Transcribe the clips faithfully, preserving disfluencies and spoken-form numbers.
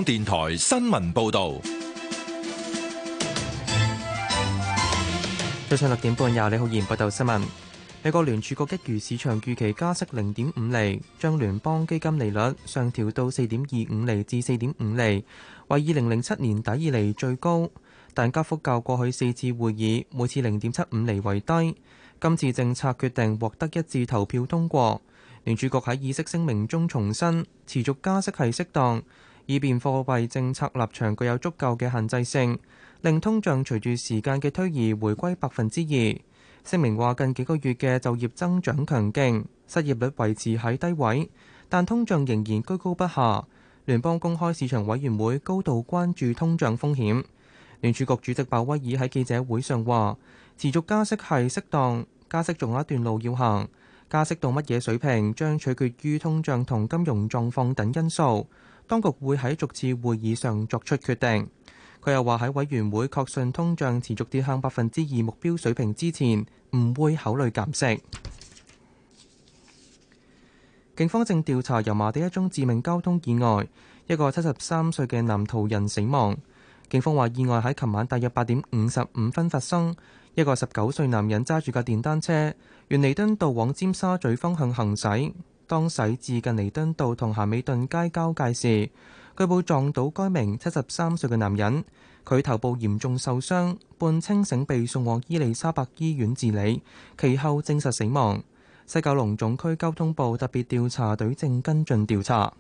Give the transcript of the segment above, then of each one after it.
電台新聞報道。 早上六點半，由李浩然報道新聞。美國聯儲局一如市場預期加息零點五厘，將聯邦基金利率上調到四點二五厘至四點五厘，為二零零七年底以嚟最高，但加幅較過去四次會議每次零點七五厘為低。今次政策決定獲得一致投票通過。聯儲局喺議息聲明中重申，持續加息係適當，以便貨幣政策立場具有足夠嘅限制性，令通脹隨住時間嘅推移回歸百分之二。聲明話近幾個月嘅就業增長強勁，失業率維持喺低位，但通脹仍然居高不下。聯邦公開市場委員會高度關注通脹風險。聯儲局主席鮑威爾喺記者會上話，持續加息係適當，加息仲有一段路要行。加息到乜嘢水平將取決於通脹同金融狀況等因素，當局會喺逐次會議上作出決定。佢又話喺委員會確信通脹持續跌向百分之二目標水平之前，唔會考慮減息。警方正調查油麻地一宗致命交通意外，一個七十三歲嘅男途人死亡。警方話意外喺琴晚大約八點五十五分發生，一個十九歲男人揸住架電單車，沿彌敦道往尖沙咀方向行駛，當駛至近彌敦道同咸美頓街交界時，據報撞到該名七十三歲嘅男人，佢頭部嚴重受傷，半清醒被送往伊利沙伯醫院治理，其後證實死亡。西九龍總區交通部特別調查隊正跟進調查。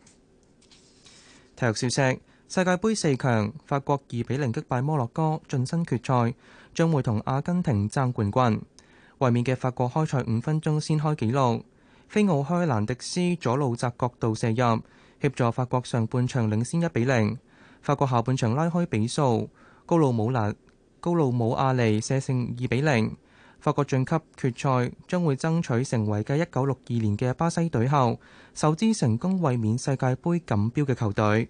體育消息：世界盃四強，法國二比零擊敗摩洛哥，晉身決賽，將會同阿根廷爭冠軍。衛冕嘅法國開賽五分鐘先開紀錄，菲奧開蘭迪斯左路窄角度射入，協助法國上半場領先一比零。法國下半場拉開比數，高路姆拿高路姆亞利射成二比零。法國晉級決賽，將會爭取成為繼一九六二年嘅巴西隊後，首支成功衛冕世界盃錦標嘅球隊。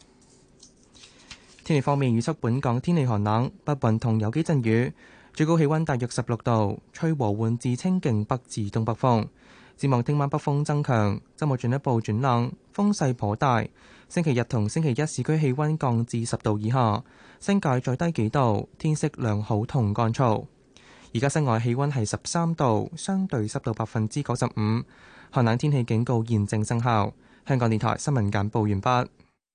天氣方面，預測本港天氣寒冷，北雲同有幾陣雨，最高氣溫大約十六度，吹和緩至清勁北至東北風。展望聽晚北風增強，週末進一步轉冷，風勢頗大。星期日同星期一市區氣溫降至十度以下，新界再低幾度，天色良好同乾燥。而家室外氣溫係十三度，相對濕度百分之九十五，寒冷天氣警告現正生效。香港電台新聞簡報完畢。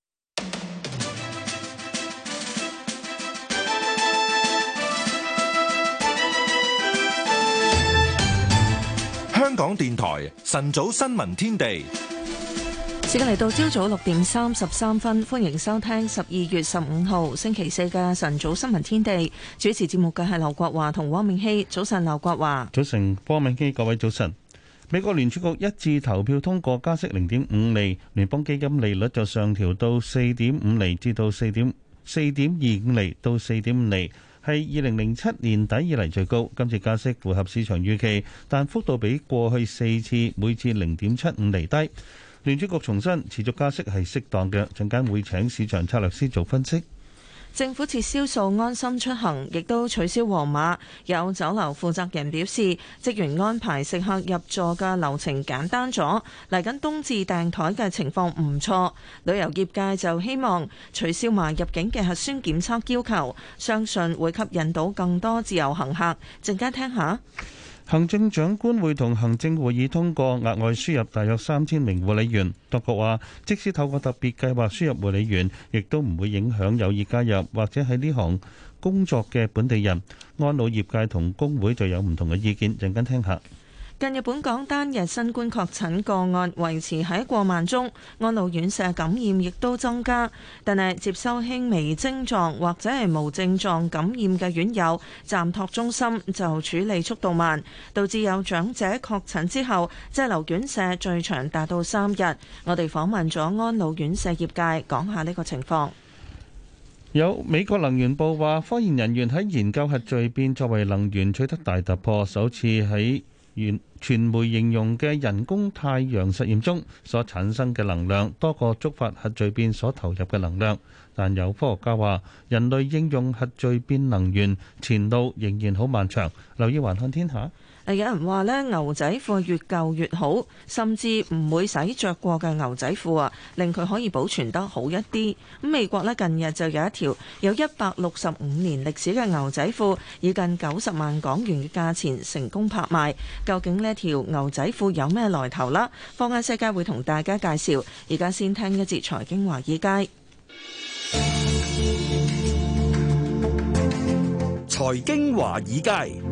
香港電台晨早新聞天地， 時間嚟到朝早六點三十三分，歡迎收聽十二月十五號星期四嘅晨早新聞天地。主持節目嘅係劉國華同汪明熙。早晨，劉國華。 早晨，汪明熙。各位早晨。美國聯儲局一致投票通過加息零點五厘，聯邦基金利率就上調到四點五厘至到四點四點二五厘到四點五厘。係二零零七年底以嚟最高，今次加息符合市場預期，但幅度比過去四次每次零點七五厘低。聯儲局重申持續加息係適當嘅，陣間會請市場策略師做分析。 政府撤銷數安心出行，亦都取消黃碼。有酒樓負責人表示，職員安排食客入座嘅流程簡單咗，嚟緊冬至訂台嘅情況唔錯。旅遊業界就希望取消埋入境嘅核酸檢測要求，相信會吸引到更多自由行客。陣間聽下。 行政長官會同行政會議通過額外輸入大約三千名護理員。當局話，即使透過特別計劃輸入護理員，亦都唔會影響有意加入或者喺呢行工作嘅本地人。安老業界同工會就有唔同嘅意見，陣間聽下。 近日本港單日新冠確診個案維持喺過萬宗，安老院舍感染亦都增加，但係接收輕微症狀或者係無症狀感染嘅院友暫託中心就處理速度慢，導致有長者確診之後滯留院舍最長達到三日。我哋訪問咗安老院舍業界，講下呢個情況。 有美國能源部話，科研人員喺研究核聚變作為能源取得大突破，首次喺傳媒形容嘅人工太陽實驗中所產生嘅能量多過觸發核聚變所投入嘅能量，但有科學家話人類應用核聚變能源前路仍然好漫長。留意環看天下。 誒有人話咧牛仔褲越舊越好，甚至唔會洗着過嘅牛仔褲啊，令佢可以保存得好一啲。咁美國咧近日就有一條有一百六十五年歷史嘅牛仔褲，以近九十萬港元嘅價錢成功拍賣。究竟呢條牛仔褲有咩來頭啦？放眼世界會同大家介紹。而家先聽一節財經華爾街。 財經華爾街。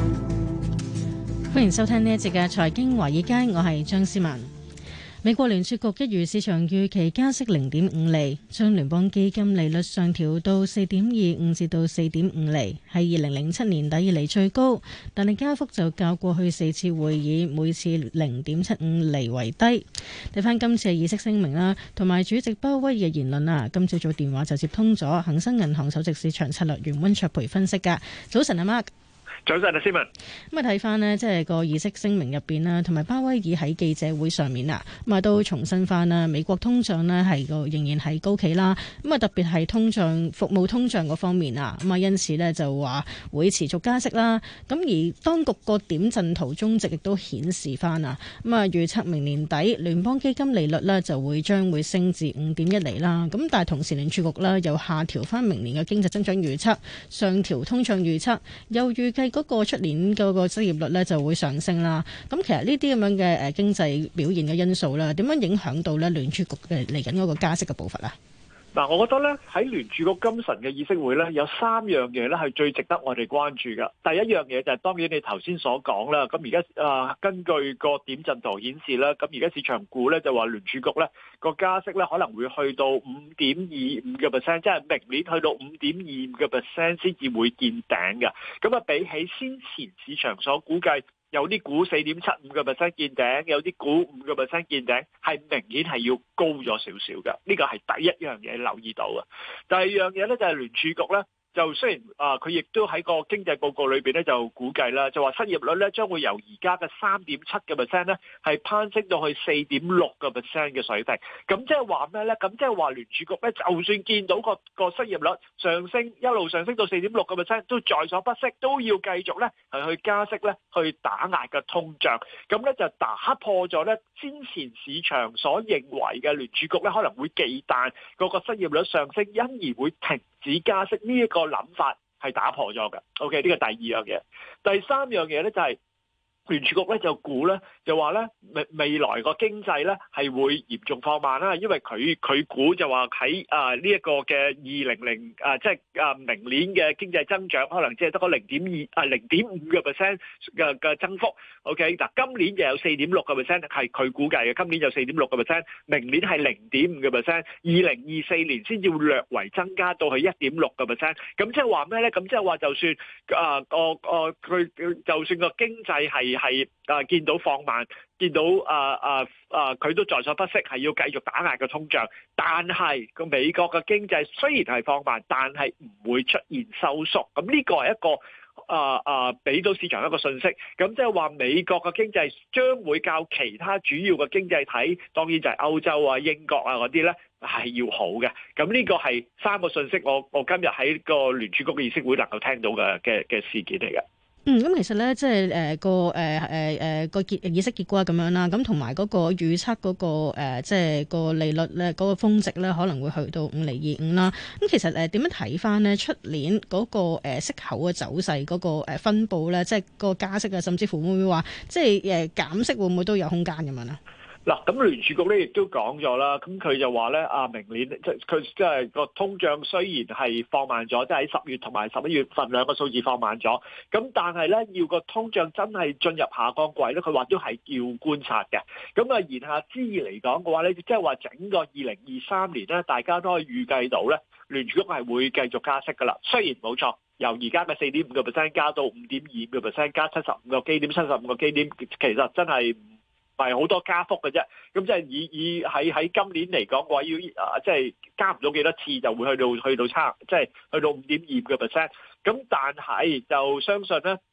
歡迎收聽呢一節嘅財經華爾街，我係張思文。美國聯儲局一如市場預期加息零點五厘，將聯邦基金利率上調到四點二五至到四點五厘，係二零零七年底以嚟最高，但係加幅就較過去四次會議每次零點七五厘為低。睇翻今次嘅議息聲明啦，同埋主席鮑威爾嘅言論啊，今朝早電話就接通咗恒生銀行首席市場策略員溫卓培分析噶。早晨阿 Mark。 早晨啊，思文。 咁啊，睇翻呢，即係個議息聲明入邊啦，同埋鮑威爾喺記者會上面啊，咁啊都重申翻啦，美國通脹呢係個仍然係高企啦。咁啊，特別係通脹服務通脹嗰方面啊，咁啊，因此呢就話會持續加息啦。咁而當局個點陣圖中值亦都顯示翻啊，咁啊預測明年底聯邦基金利率呢就會將會升至五點一厘啦。咁但係同時聯儲局呢又下調翻明年嘅經濟增長預測，上調通脹預測，又預計嗰個出年嗰個失業率咧就會上升啦。咁其實呢啲咁樣嘅誒經濟表現嘅因素啦，點樣影響到咧聯儲局嘅嚟緊嗰個加息嘅步伐啊？ 嗱，我覺得咧喺聯儲局今晨嘅議息會咧，有三樣嘢咧係最值得我哋關注嘅。第一樣嘢就係當然你頭先所講啦。咁而家啊，根據個點陣圖顯示啦，咁而家市場估咧就話聯儲局咧個加息咧可能會去到五點二五嘅 percent， 即係明年去到五點二五嘅 percent 先至會見頂嘅。咁啊，比起先前市場所估計，有啲股四點七五個 percent 見頂，有啲股五個 percent 見頂，係明顯係要高咗少少嘅。呢個係第一樣嘢留意到嘅。第二樣嘢咧就係聯儲局咧。就雖然啊，佢亦都喺個經濟報告裏邊咧就估計啦，就話失業率咧將會由而家嘅三點七嘅 percent 咧係攀升到去四點六個 percent 嘅水平。咁即係話咩咧？咁即係話聯儲局咧，就算見到個個失業率上升一路上升到四點六個 percent，都在所不惜，都要繼續咧係去加息咧，去打壓嘅通脹。咁咧就打破咗咧先前市場所認為嘅聯儲局咧可能會忌憚嗰個失業率上升，因而會停止加息呢一個諗法係打破咗嘅。OK， 呢個第二樣嘢。第三樣嘢咧就係聯儲局咧就估咧就話咧未未來個經濟咧係會嚴重放慢啦，因為佢佢估就話喺啊呢一個嘅二零零啊即係啊明年嘅經濟增長可能只係得個零點二啊零點五個 percent 嘅嘅增幅。OK， 嗱今年就有四點六個 percent 係佢估計嘅，今年就四點六個 percent， 明年係零點五個 percent， 二零二四年先至會略為增加到去一點六個 percent。咁即係話咩咧？咁即係話就算啊個個佢就算個經濟係係啊見到放慢，見到啊啊啊佢都在所不惜，係要繼續打壓個通脹。但係個美國嘅經濟雖然係放慢，但係唔會出現收縮。咁呢個係一個啊啊俾到市場一個信息。咁即係話美國嘅經濟將會較其他主要嘅經濟體，當然就係歐洲啊、英國啊嗰啲咧係要好嘅。咁呢個係三個信息我，我我今日喺個聯儲局嘅議息會能夠聽到嘅嘅嘅事件嚟嘅。 嗯，咁其實咧，即係誒個誒誒誒個結議息結果咁樣啦，咁同埋嗰個預測嗰個誒即係個利率咧，嗰個峰值咧可能會去到五厘二五啦。咁其實誒點樣睇翻呢？出年嗰個誒息口嘅走勢嗰個誒分佈咧，即係個加息啊，甚至乎會唔會話即係誒減息會唔會都有空間咁樣啊？ 嗱，咁聯儲局咧亦都講咗啦，咁佢就話咧啊，明年即係佢即係個通脹雖然係放慢咗，即係喺十月同埋十一月份兩個數字放慢咗，咁但係咧要個通脹真係進入下降季咧，佢話都係要觀察嘅。咁啊，言下之意嚟講嘅話咧，即係話整個二零二三年咧，大家都可以預計到咧，聯儲局係會繼續加息噶啦。雖然冇錯，由而家嘅四點五個 percent 加到五點二五個 percent， 加七十五個基點，七十五個基點，其實真係係好多加幅嘅啫，咁即係以以喺喺今年嚟講嘅話，要啊即係加唔到幾多次就會去到去到差，即係去到五點二個 percent。咁但係就相信咧，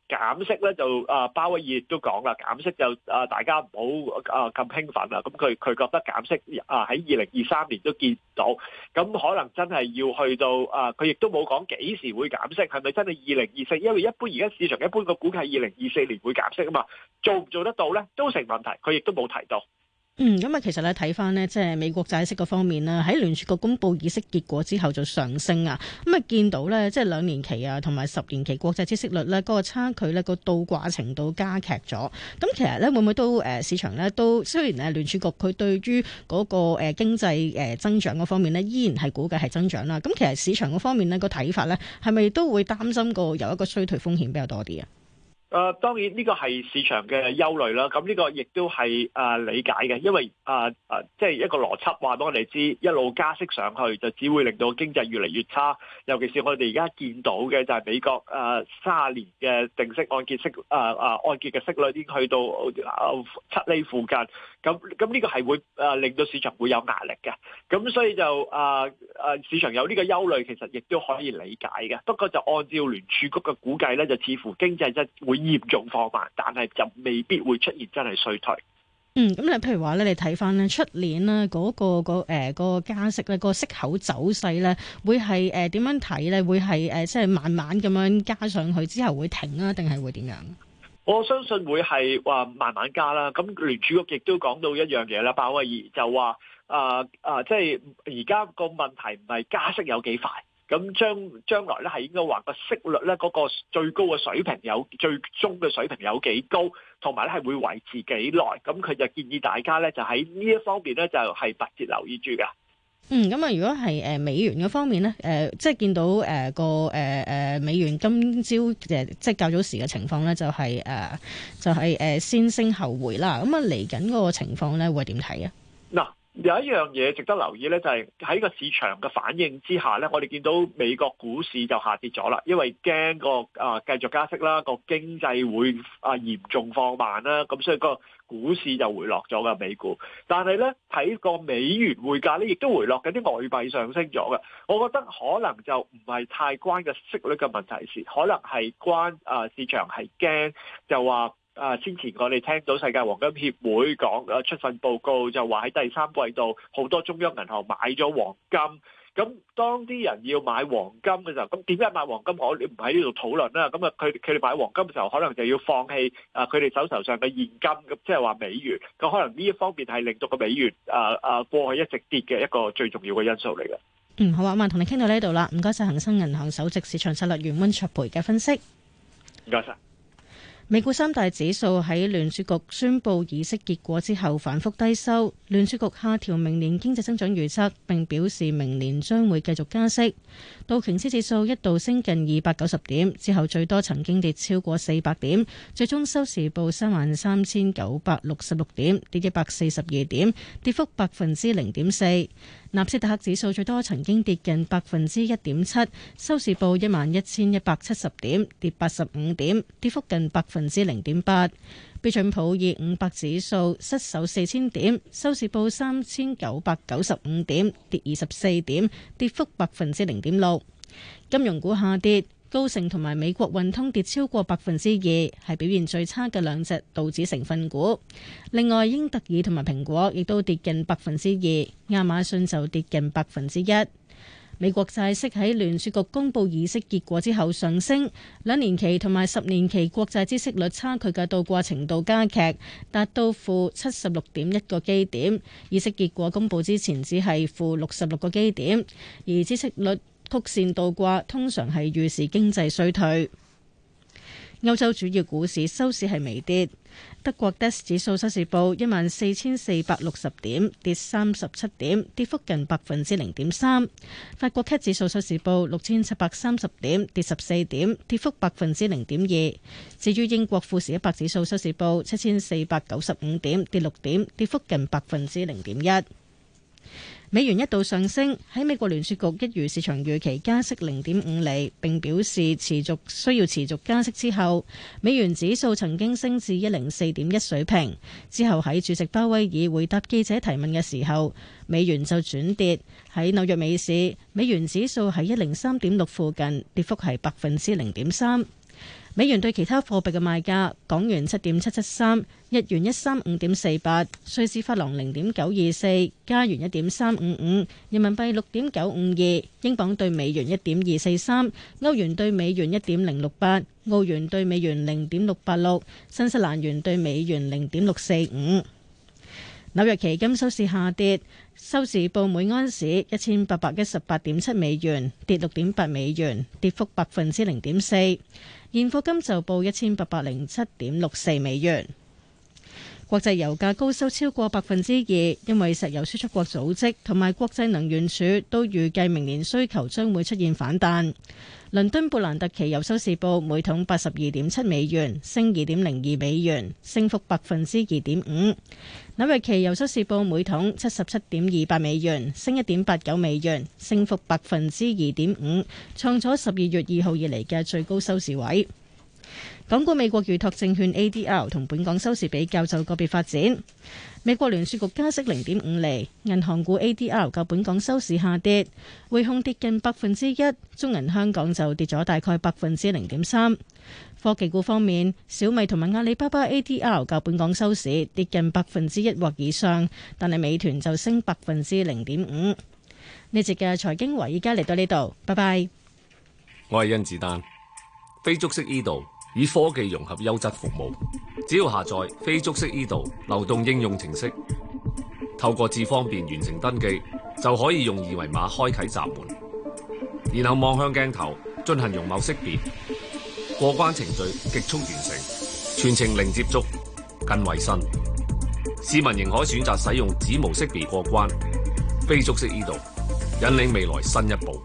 減息咧就啊，鮑威爾亦都講啦，減息就啊，大家唔好啊咁興奮啦。咁佢佢覺得減息啊喺二零二三年都見到，咁可能真係要去到啊，佢亦都冇講幾時會減息，係咪真係二零二四？因為一般而家市場一般個估計係二零二四年會減息啊嘛，做唔做得到咧都成問題，佢亦都冇提到。 嗯，咁啊，其實咧睇翻呢，即係美國債息嗰方面啦，喺聯儲局公布議息結果之後就上升啊，咁啊見到咧，即係兩年期啊同埋十年期國債孳息率咧，嗰個差距咧個倒掛程度加劇咗。咁其實咧會唔會都誒市場咧都雖然誒聯儲局佢對於嗰個誒經濟誒增長嗰方面呢，依然係估計係增長啦。咁其實市場嗰方面呢個睇法咧係咪都會擔心個有一個衰退風險比較多啲啊？ 誒、呃、當然呢個係市場嘅憂慮啦，咁呢個亦都係誒理解嘅，因為誒誒即係一個邏輯話俾我哋知，一路加息上去就只會令到經濟越嚟越差，尤其是我哋而家見到嘅就係美國誒三十年嘅定息按揭息誒誒、呃、按揭嘅息率已經去到誒七厘附近，咁咁呢個係會誒令到市場會有壓力嘅，咁所以就誒誒、呃、市場有呢個憂慮，其實亦都可以理解嘅。不過就按照聯儲局嘅估計咧，就似乎經濟真會嚴重放慢，但係就未必會出現真係衰退。 嗯，咁你譬如話咧，你睇翻咧出年咧嗰個個誒個加息咧個息口走勢咧，會係誒點樣睇咧？會係誒即係慢慢咁樣加上去之後會停啊，定係會點樣？ 我相信會係話慢慢加啦。咁聯儲局亦都講到一樣嘢啦，鮑威爾就話啊啊，即係而家個問題唔係加息有幾快。咁將將來咧係應該話個息率咧嗰個最高嘅水平有最終嘅水平有幾高，同埋咧係會維持幾耐。咁佢就建議大家咧就喺呢一方面咧就係密切留意住㗎。 嗯，咁啊，如果係誒美元嘅方面咧，誒、呃、即係見到誒個誒誒美元今朝誒即係較早時嘅情況咧，就係、是、誒、呃、就係、是、誒先升後回啦。咁啊嚟緊嗰個情況咧會點睇啊？嗱。 有一樣嘢值得留意咧，就係喺個市場嘅反應之下咧，我哋見到美國股市就下跌咗啦，因為驚個啊繼續加息啦，個經濟會啊嚴重放慢啦，咁所以個股市就回落咗嘅美股。但係咧睇個美元匯價咧，亦都回落緊，啲外幣上升咗嘅。我覺得可能就唔係太關個息率嘅問題事，可能係關啊市場係驚就話。啊！先前我哋聽到世界黃金協會講啊出份報告，就話喺第三季度好多中央銀行買咗黃金。咁當啲人要買黃金嘅時候，咁點解買黃金？我哋唔喺呢度討論啦。咁啊，佢佢哋買黃金嘅時候，可能就要放棄啊佢哋手頭上嘅現金，咁即係話美元。咁可能呢一方面係令到個美元啊啊過去一直跌嘅一個最重要嘅因素嚟嘅。 嗯，好啊，咁啊，同你傾到呢度啦。唔該晒恒生銀行首席市場策略員溫灼培嘅分析。 唔該晒。 美股三大指數喺聯儲局宣布議息結果之後反覆低收，聯儲局下調明年經濟增長預測，並表示明年將會繼續加息。道瓊斯指數一度升近二百九十點，之後最多曾經跌超過四百點，最終收市報三萬三千九百六十六點，跌一百四十二點，跌幅百分之零點四。納斯達克指數最多曾經跌近百分之一點七，收市報一萬一千一百七十點，跌八十五點，跌幅近百分之零點八。標準普爾五百指數失守四千點，收市報三千九百九十五點，跌二十四點，跌幅百分之零點六。金融股下跌。高盛同埋美國運通跌超過百分之二，係表現最差嘅兩隻道指成分股。另外，英特爾同埋蘋果亦都跌近百分之二，亞馬遜就跌近百分之一。美國債息喺聯儲局公布議息結果之後上升，兩年期同埋十年期國債孳息率差距嘅倒掛程度加劇，達到負七十六點一個基點。議息結果公布之前只係負六十六個基點，而孳息率曲線倒掛通常係預示經濟衰退。歐洲主要股市收市係微跌，德國 D A X 指數收市報一萬四千四百六十點，跌三十七點，跌幅近百分之零點三。法國 C A C 指數收市報六千七百三十點，跌十四點，跌幅百分之零點二。至於英國富時一百指數收市報七千四百九十五點，跌六點，跌幅近百分之零點一。美元一度上升，喺美國聯儲局一如市場預期加息零點五厘，並表示持續需要持續加息之後，美元指數曾經升至一零四點一水平。之後喺主席鮑威爾回答記者提問嘅時候，美元就轉跌。喺紐約美市，美元指數喺一零三點六附近，跌幅係百分之零點三。 美元對其他貨幣嘅賣價：港元七點七七三，日元一三五點四八，瑞士法郎零點九二四，加元一點三五五，人民幣六點九五二，英鎊對美元一點二四三，歐元對美元一點零六八，澳元對美元零點六八六，新西蘭元對美元零點六四五。紐約期金收市下跌，收市報每安士一千八百一十八點七美元，跌六點八美元，跌幅百分之零點四。現貨金就報一千八百零七點六四美元。國際油價高收超過百分之二，因為石油輸出國組織同埋國際能源署都預計明年需求將會出現反彈。倫敦布蘭特期油收市報每桶八十二點七美元，升二點零二美元，升幅百分之二點五。紐約期油收市報每桶七十七點二八美元，升一點八九美元，升幅百分之二點五，創咗十二月二號以嚟嘅最高收市位。港股美國預託證券 A D R 同本港收市比較就個別發展。美國聯儲局加息零點五厘，銀行股 A D R 較本港收市下跌，匯控跌近百分之一，中銀香港就跌咗大概百分之零點三。科技股方面，小米同埋阿里巴巴 A D R 較本港收市跌近百分之一或以上，但係美團就升百分之零點五。呢節嘅財經華爾街嚟到呢度，拜拜。 我係甄子丹，非觸式 e 道以科技融合優質服務，只要下載非觸式 e 道流動應用程式，透過智方便完成登記，就可以用二維碼開啟閘門，然後望向鏡頭進行容貌識別，過關程序極速完成，全程零接觸，更衛生。市民仍可選擇使用指模識別過關，非觸式 e 道引領未來新一步。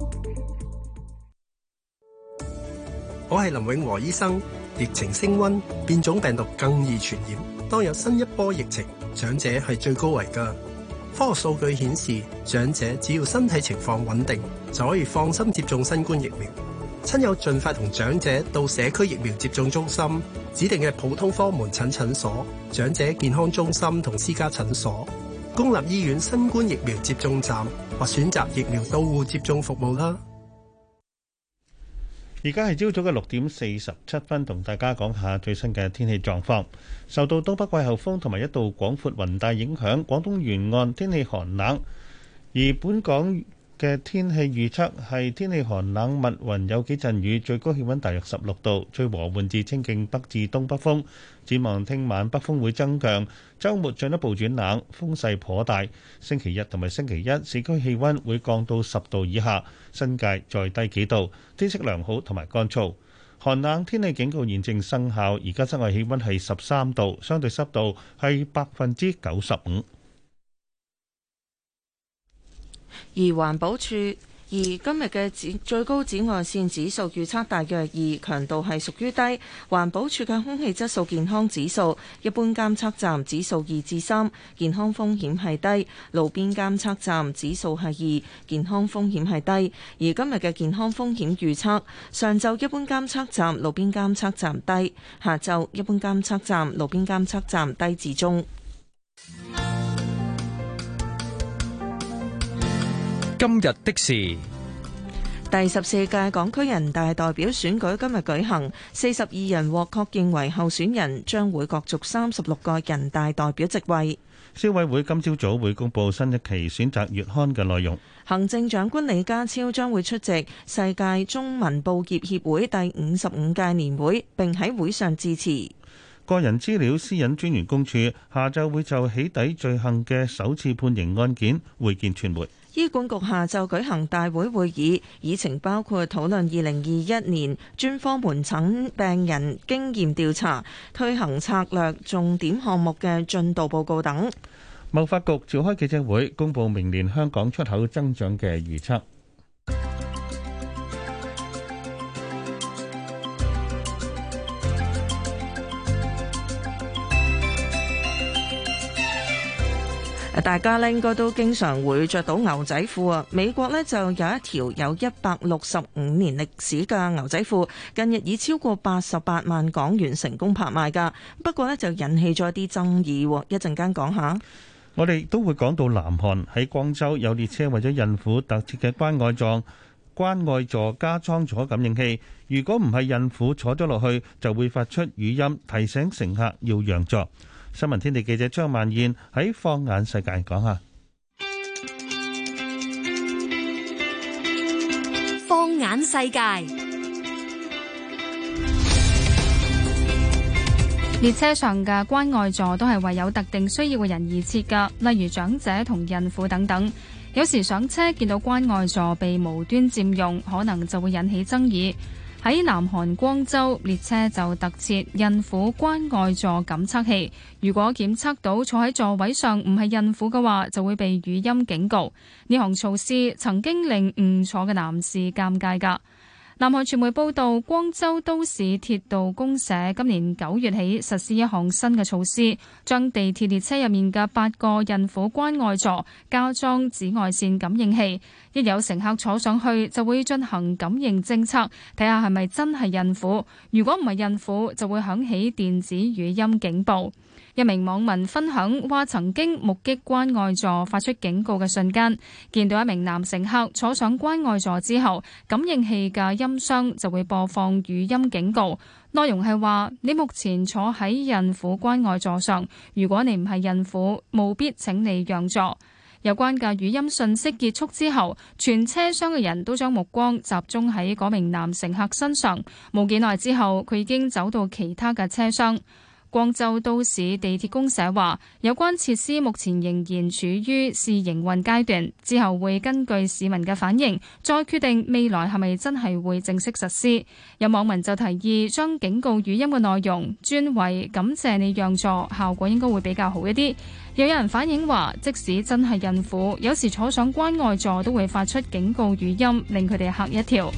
我係林永和醫生。疫情升溫，變種病毒更易傳染。當有新一波疫情，長者係最高危㗎。科學數據顯示，長者只要身體情況穩定，就可以放心接種新冠疫苗。親友盡快同長者到社區疫苗接種中心、指定嘅普通科門診診所、長者健康中心同私家診所、公立醫院新冠疫苗接種站或選擇疫苗到戶接種服務啦。 而家係朝早嘅六點四十七分，同大家講下最新嘅天氣狀況。受到東北季候風同埋一道廣闊雲帶影響，廣東沿岸天氣寒冷，而本港嘅天氣預測係天氣寒冷，密雲有幾陣雨，最高氣溫大約十六度，吹和緩至清勁北至東北風。展望聽晚北風會增強，週末進一步轉冷，風勢頗大。星期日同埋星期一市區氣溫會降到十度以下，新界再低幾度，天色良好同埋乾燥。寒冷天氣警告現正生效，而家室外氣溫係十三度，相對濕度係百分之九十五。 而環保署而今日嘅指最高紫外線指數預測大約二，強度係屬於低。環保署嘅空氣質素健康指數，一般監測站指數二至三，健康風險係低；路邊監測站指數係二，健康風險係低。而今日嘅健康風險預測，上晝一般監測站、路邊監測站低，下晝一般監測站、路邊監測站低至中。 今日的事， 第十四屆港區人大代表選舉今日舉行，四十二人獲確認為候選人，將會角逐三十六個人大代表席位。 消委會今朝早會公布新一期選擇月刊嘅內容。 行政長官李家超將會出席世界中文報業協會第五十五屆年會，並喺會上致辭。 個人資料私隱專員公署下晝會就起底罪行嘅首次判刑案件會見傳媒。 醫管局下晝舉行大會會議，議程包括討論二零二一年專科門診病人經驗調查、推行策略重點項目嘅進度報告等。 貿發局召開記者會，公布明年香港出口增長嘅預測。 大家咧應該都經常會着到牛仔褲啊！美國咧就有一條有一百六十五年歷史嘅牛仔褲，近日以超過八十八萬港元成功拍賣㗎。不過咧就引起咗一啲爭議，一陣間講下。 我哋都會講到南韓喺光州有列車為咗孕婦特設嘅關愛座關愛座加裝咗感應器，如果唔係孕婦坐咗落去，就會發出語音提醒乘客要讓座。新聞天地記者張萬燕喺放眼世界講下。 放眼世界。列車上嘅關愛座都係為有特定需要嘅人而設㗎，例如長者同孕婦等等。有時上車見到關愛座被無端佔用，可能就會引起爭議。喺南韓光州，列車就特設孕婦關愛座感測器，如果檢測到坐喺座位上唔係孕婦嘅話，就會被語音警告。呢項措施曾經令誤坐嘅男士尷尬㗎。南韓傳媒報道，光州都市鐵道公社今年九月起實施一項新嘅措施，將地鐵列車入面嘅八個孕婦關愛座加裝紫外線感應器，一有乘客坐上去就會進行感應偵測，睇下係咪真係孕婦。如果唔係孕婦，就會響起電子語音警報。一名網民分享話，曾經目擊關愛座發出警告嘅瞬間，見到一名男乘客坐上關愛座之後，感應器嘅音箱就會播放語音警告，內容係話：你目前坐喺孕婦關愛座上，如果你唔係孕婦，務必請你讓座。有關嘅語音訊息結束之後，全車廂嘅人都將目光集中喺嗰名男乘客身上。冇幾耐之後，佢已經走到其他嘅車廂。光州都市地鐵公社話，有關設施目前仍然處於試營運階段，之後會根據市民嘅反應，再決定未來係咪真係會正式實施。有網民就提議將警告語音嘅內容轉為感謝你讓座，效果應該會比較好一啲。又有人反映話，即使真係孕婦，有時坐上關愛座都會發出警告語音，令佢哋嚇一跳。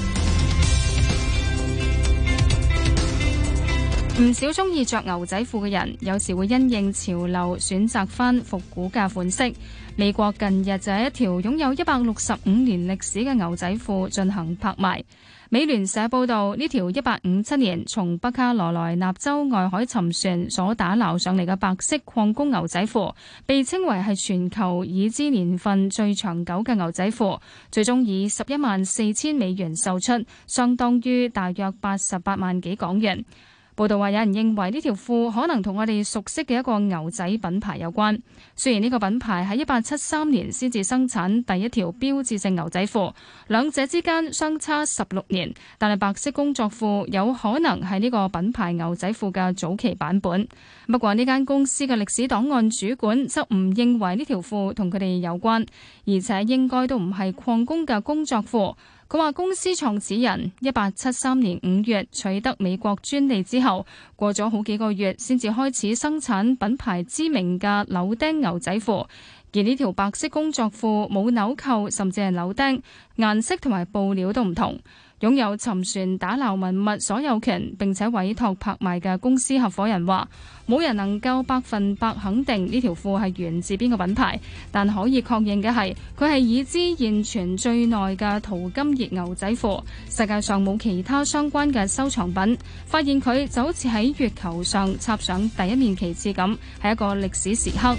唔少中意着牛仔褲嘅人，有時會因應潮流選擇翻復古嘅款式。美國近日就有一條擁有一百六十五年歷史嘅牛仔褲進行拍賣。美聯社報道，呢條一八五七年從北卡羅來納州外海沉船所打撈上嚟嘅白色礦工牛仔褲，被稱為係全球已知年份最長久嘅牛仔褲，最終以十一萬四千美元售出，相當於大約八十八萬幾港元。報道話，有人認為呢條褲可能同我哋熟悉嘅一個牛仔品牌有關。雖然呢個品牌喺一八七三年先至生產第一條標誌性牛仔褲，兩者之間相差十六年，但係白色工作褲有可能係呢個品牌牛仔褲嘅早期版本。不過呢間公司嘅歷史檔案主管則唔認為呢條褲同佢哋有關，而且應該都唔係礦工嘅工作褲。佢話公司創始人一八七三年五月取得美國專利之後，過咗好幾個月先至開始生產品牌知名嘅扭釘牛仔褲。而呢條白色工作褲冇紐扣，甚至係扭釘，顏色同埋布料都唔同。擁有沉船打撈文物所有權並且委託拍賣嘅公司合夥人話，冇人能夠百分百肯定呢條褲係源自邊個品牌，但可以確認嘅係佢係已知現存最耐嘅淘金熱牛仔褲，世界上冇其他相關嘅收藏品。發現佢就好似喺月球上插上第一面旗幟咁，係一個歷史時刻。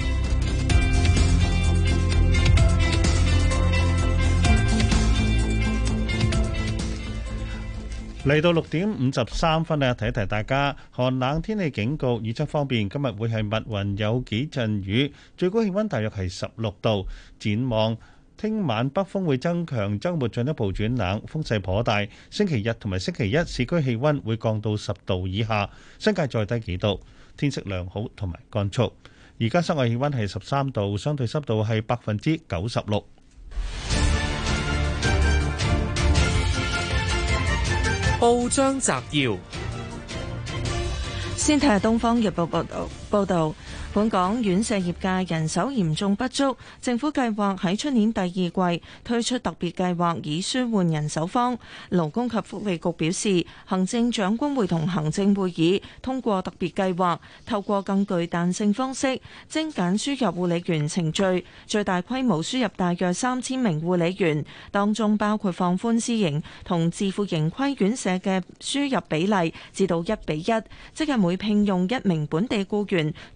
嚟到六點五十三分啊，提一提大家，寒冷天氣警告預測方面，今日會係密雲有幾陣雨，最高氣溫大約係十六度。展望聽晚北風會增強，週末進一步轉冷，風勢頗大。星期日同埋星期一市區氣溫會降到十度以下，新界再低幾度，天色良好同埋乾燥。而家室外氣溫係十三度，相對濕度係百分之九十六。 報章摘要， 先睇下《東方日報》報道。報道，本港院舍業界人手嚴重不足，政府計劃喺出年第二季推出特別計劃，以舒緩人手荒。勞工及福利局表示，行政長官會同行政會議通過特別計劃，透過更具彈性方式精簡輸入護理員程序，最大規模輸入大約三千名護理員，當中包括放寬私營同自負盈虧院舍嘅輸入比例至到一比一，即係每聘用一名本地僱員，最多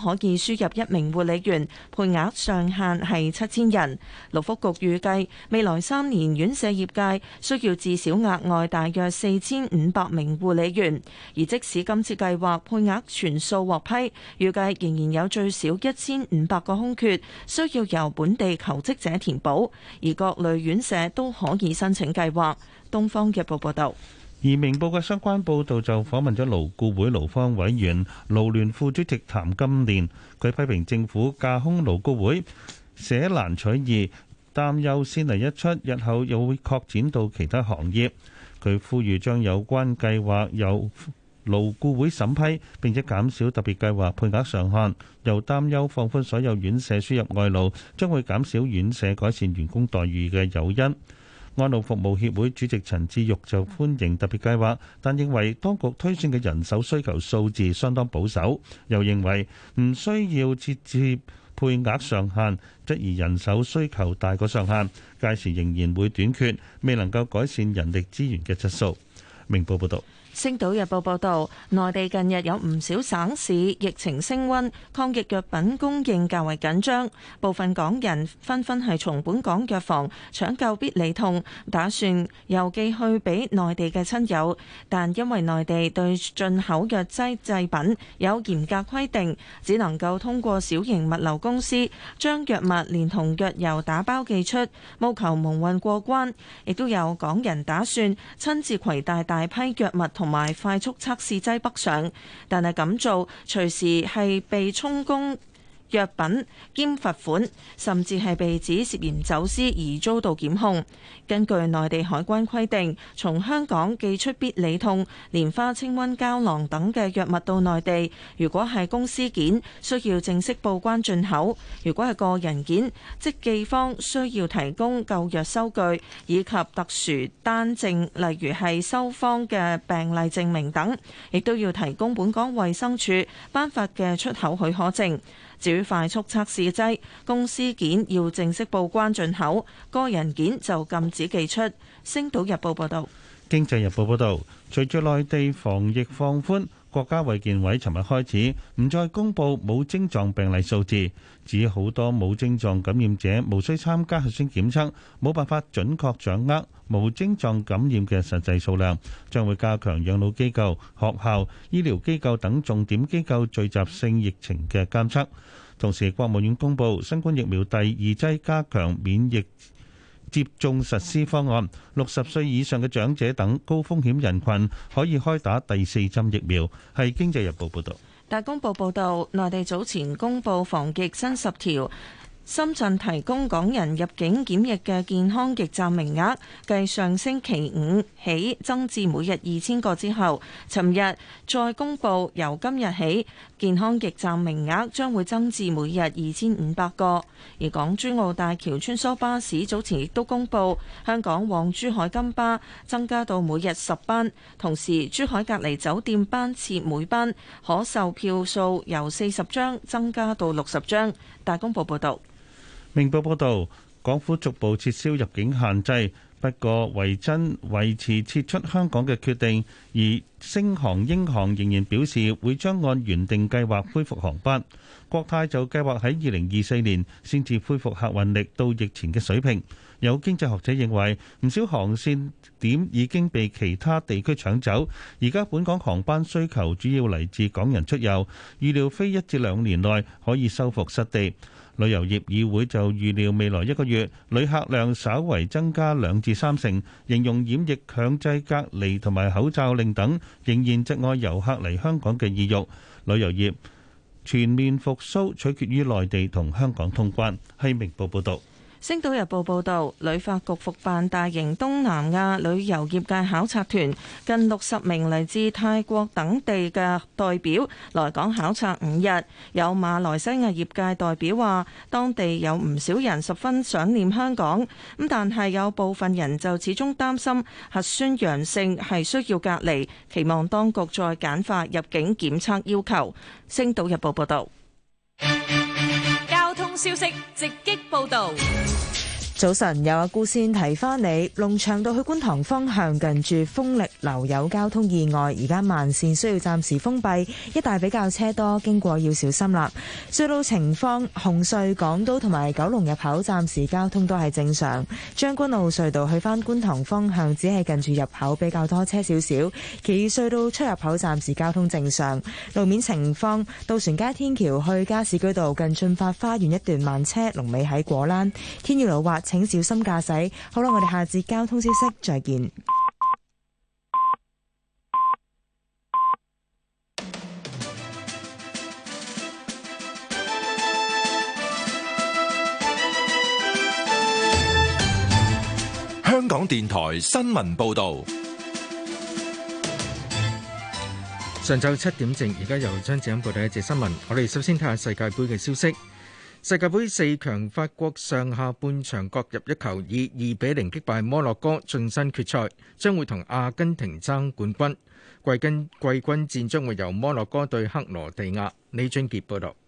可以輸入一名護理員，配額上限係七千人。勞福局預計未來三年院舍業界需要至少額外大約四千五百名護理員，而即使今次計劃配額全數獲批，預計仍然有最少一千五百個空缺需要由本地求職者填補，而各類院舍都可以申請計劃。東方日報報道。 而明報嘅相關報導就訪問咗勞顧會勞方委員勞聯副主席譚金蓮，佢批評政府架空勞顧會，捨難取易，擔憂先例一出，日後又會擴展到其他行業。佢呼籲將有關計劃由勞顧會審批，並且減少特別計劃配額上限，又擔憂放寬所有院舍輸入外勞，將會減少院舍改善員工待遇嘅誘因。安老服務協會主席陳志玉就歡迎特別計劃，但認為當局推算嘅人手需求數字相當保守，又認為唔需要設置配額上限，質疑人手需求大過上限，屆時仍然會短缺，未能夠改善人力資源嘅質素。明報報道。 星島日報報導，內地近日有唔少省市疫情升溫，抗疫藥品供應較為緊張，部分港人紛紛係從本港藥房搶購必理痛，打算郵寄去俾內地嘅親友，但因為內地對進口藥劑製品有嚴格規定，只能夠通過小型物流公司將藥物連同藥油打包寄出，務求蒙混過關。亦都有港人打算親自攜帶大批藥物同埋快速測試劑北上，但係咁做隨時係被充公藥品兼罰款，甚至係被指涉嫌走私而遭到檢控。根據內地海關規定，從香港寄出必理痛、蓮花清瘟膠囊等嘅藥物到內地，如果係公司件，需要正式報關進口；如果係個人件，即寄方需要提供購藥收據以及特殊單證，例如係收方嘅病例證明等，亦都要提供本港衛生署頒發嘅出口許可證。至於快速測試劑，公司件要正式報關進口，個人件就禁止寄出。星島日報報道。 經濟日報報導，隨住內地防疫放寬，國家衛健委尋日開始唔再公布冇症狀病例數字，指好多冇症狀感染者無需參加核酸檢測，冇辦法準確掌握無症狀感染嘅實際數量，將會加強養老機構、學校、醫療機構等重點機構聚集性疫情嘅監測。同時，國務院公布新冠疫苗第二劑加強免疫接種實施方案，六十歲以上嘅長者等高風險人群可以開打第四針疫苗。係《經濟日報》報導。 大公報報導，內地早前公布防疫新十條。深圳提供港人入境檢疫嘅健康驛站名額，繼上星期五起增至每日二千個之後，尋日再公布由今日起，健康驛站名額將會增至每日二千五百個。而港珠澳大橋穿梭巴士早前亦都公布，香港往珠海金巴增加到每日十班，同時珠海隔離酒店班次每班可售票數由四十張增加到六十張。大公報報導。 明報報導，港府逐步撤銷入境限制，不過維珍維持撤出香港嘅決定，而星航、英航仍然表示會將按原定計劃恢復航班。國泰就計劃喺二零二四年先至恢復客運力到疫前嘅水平。有經濟學者認為，唔少航線點已經被其他地區搶走，而家本港航班需求主要嚟自港人出遊，預料非一至兩年內可以收復失地。旅遊業議會就預料未來一個月旅客量稍為增加兩至三成，形容染疫強制隔離同埋口罩令等仍然窒礙遊客嚟香港嘅意欲。旅遊業全面復甦取決於內地同香港通關。係明報報導。 星島日報報導，旅發局復辦大型東南亞旅遊業界考察團，近六十名嚟自泰國等地嘅代表來港考察五日。有馬來西亞業界代表話，當地有唔少人十分想念香港，咁但係有部分人就始終擔心核酸陽性係需要隔離，期望當局再簡化入境檢測要求。星島日報報導。 消息直擊報導。 早晨，有阿顧先提翻你，龍翔道去觀塘方向近住豐力樓有交通意外，而家慢線需要暫時封閉，一帶比較車多，經過要小心啦。隧道情況，紅隧港島同埋九龍入口暫時交通都係正常。將軍澳隧道去翻觀塘方向只係近住入口比較多車少少，其餘隧道出入口暫時交通正常。路面情況，渡船街天橋去加士居道近駿發花園一段慢車，龍尾喺果欄。天雨路滑，請小心駕駛。好啦，我哋下節交通消息再見。 香港電台新聞報道。 上晝七點正，而家由張子欣報道一節新聞。我哋首先睇下世界盃嘅消息。世界盃四強，法國上下半場各入一球，以二比零擊敗摩洛哥，晉身決賽，將會同阿根廷爭冠軍。季軍季軍戰將會由摩洛哥對克羅地亞。李俊傑報道。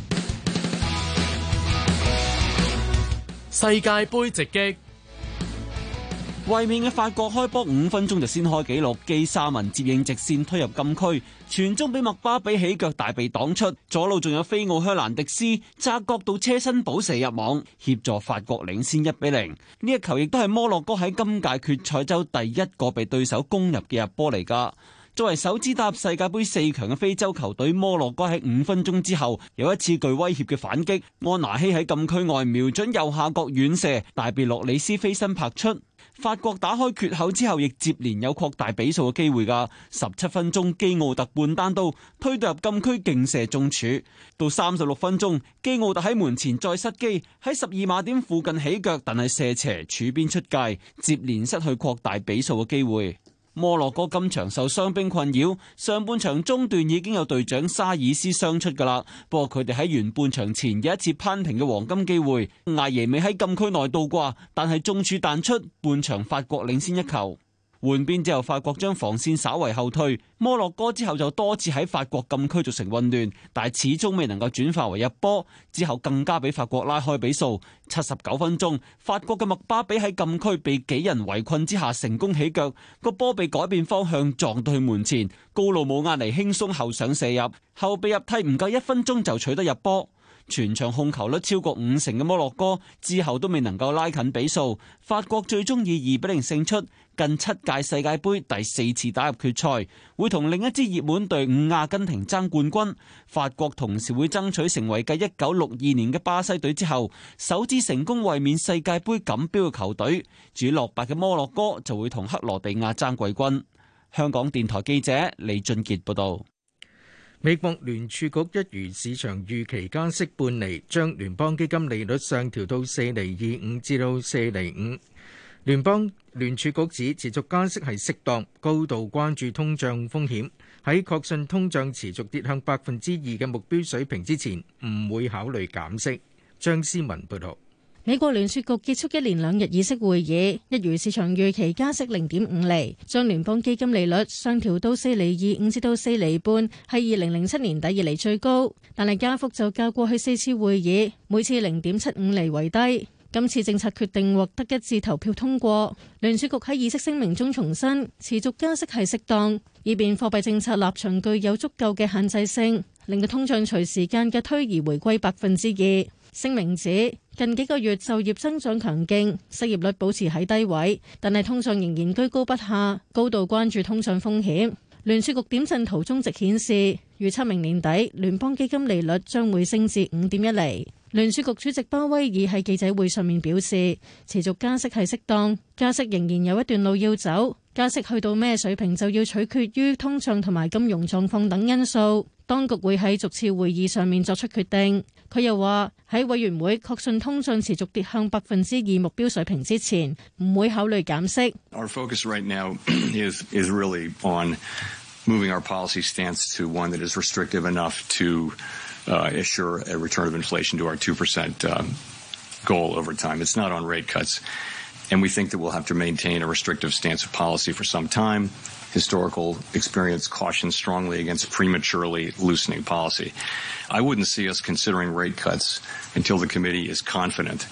世界盃直擊。衛冕嘅法國開波五分鐘就先開紀錄，基沙文接應直線推入禁區，傳中俾麥巴比起腳大被擋出，左路仲有菲奧香蘭迪斯窄角度車身補射入網，協助法國領先一比零。呢一球亦都係摩洛哥喺今屆決賽周第一個被對手攻入嘅入波嚟㗎。作為首支踏入世界盃四強嘅非洲球隊，摩洛哥喺五分鐘之後有一次具威脅嘅反擊，安拿希喺禁區外瞄準右下角遠射，大被洛里斯飛身拍出。法國打開缺口之後，亦接連有擴大比數嘅機會㗎。十七分鐘，基奧特半單刀推到入禁區勁射中柱。到三十六分鐘，基奧特喺門前再失機，喺十二碼點附近起腳，但係射斜柱邊出界，接連失去擴大比數嘅機會。摩洛哥今場受傷兵困擾，上半場中段已經有隊長沙爾斯傷出㗎啦。不過佢哋喺完半場前有一次扳平嘅黃金機會，艾耶美喺禁區內倒掛，但係中柱彈出，半場法國領先一球。換邊之後，法國將防線稍為後退，摩洛哥之後就多次喺法國禁區造成混亂，但係始終未能夠轉化為入波。之後更加俾法國拉開比數。七十九分鐘，法國嘅麥巴比喺禁區被幾人圍困之下成功起腳，個波被改變方向撞到去門前，高路姆亞尼輕鬆後上射入，後備入替唔夠一分鐘就取得入波。全場控球率超過五成嘅摩洛哥之後都未能夠拉近比數，法國最終以二比零勝出，近七屆世界盃第四次打入決賽，會同另一支熱門隊伍阿根廷爭冠軍。法國同時會爭取成為繼一九六二年嘅巴西隊之後，首支成功衛冕世界盃錦標嘅球隊。至於落敗嘅摩洛哥就會同克羅地亞爭季軍。香港電台記者李俊傑報道。 美國聯儲局一如市場預期加息半厘，將聯邦基金利率上調到四厘二五至到四厘五。聯邦聯儲局指持續加息係適當，高度關注通脹風險，喺確信通脹持續跌向百分之二嘅目標水平之前，唔會考慮減息。張思文報導。 美國聯儲局結束一連兩日議息會議，一如市場預期加息零點五厘，將聯邦基金利率上調到四厘二五至到四厘半，係二零零七年底以嚟最高，但係加幅就較過去四次會議每次零點七五厘為低。今次政策決定獲得一致投票通過。聯儲局喺議息聲明中重申，持續加息係適當，以便貨幣政策立場具有足夠嘅限制性，令到通脹隨時間嘅推移回歸百分之二。聲明指近幾個月就業增長強勁，失業率保持喺低位，但係通脹仍然居高不下，高度關注通脹風險。聯儲局點陣圖中值顯示，預測明年底聯邦基金利率將會升至五點一厘。聯儲局主席鮑威爾喺記者會上面表示，持續加息係適當，加息仍然有一段路要走，加息去到咩水平就要取決於通脹同埋金融狀況等因素，當局會喺逐次會議上面作出決定。佢又話喺委員會確信通脹持續跌向百分之二目標水平之前，唔會考慮減息。 Our focus right now is is really on moving our policy stance to one that is restrictive enough to uh, assure a return of inflation to our two percent um, goal over time. It's not on rate cuts, and we think that we'll have to maintain a restrictive stance of policy for some time. Historical experience cautions strongly against prematurely loosening policy. I wouldn't see us considering rate cuts until the committee is confident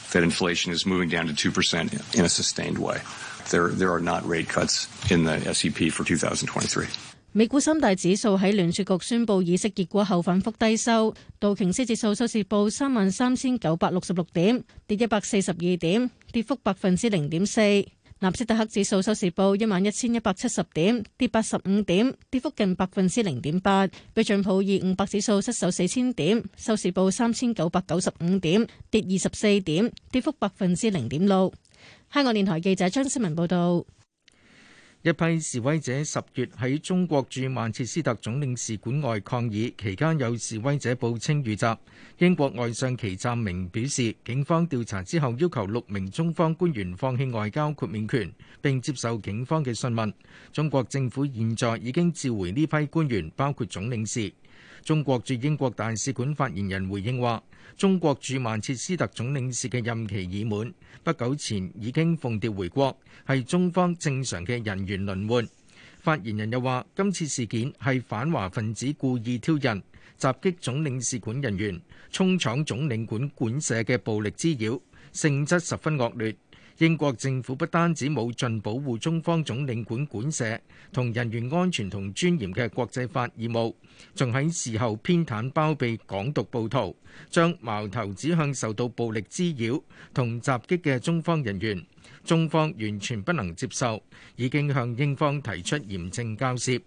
that inflation is moving down to two percent in a sustained way. There, there are not rate cuts in the S E P for two thousand twenty-three. 美股三大指數喺聯儲局宣布議息結果後反覆低收，道瓊斯指數收市報三萬三千九百六十六點，跌一百四十二點，跌幅百分之零點四。納斯達克指數收市報一萬一千一百七十點，跌八十五點，跌幅近百分之零點八。標準普爾五百指數失守四千點，收市報三千九百九十五點，跌二十四點，跌幅百分之零點六。香港電台記者張思文報道。 一批示威者十月喺中國駐曼徹斯特總領事館外抗議，期間有示威者報稱遇襲。英國外相祁湛明表示，警方調查之後要求六名中方官員放棄外交豁免權，並接受警方嘅訊問。中國政府現在已經召回呢批官員，包括總領事。中國駐英國大使館發言人回應話，中國駐曼徹斯特總領事嘅任期已滿，不久前已經奉調回國，係中方正常嘅人員輪換。發言人又話，今次事件係反華分子故意挑釁、襲擊總領事館人員、衝闖總領館館舍嘅暴力滋擾，性質十分惡劣。英國政府不單止冇盡保護中方總領館館舍同人員安全同尊嚴嘅國際法義務，仲喺事後偏袒包庇港獨暴徒，將矛頭指向受到暴力滋擾同襲擊嘅中方人員。中方完全不能接受，已經向英方提出嚴正交涉。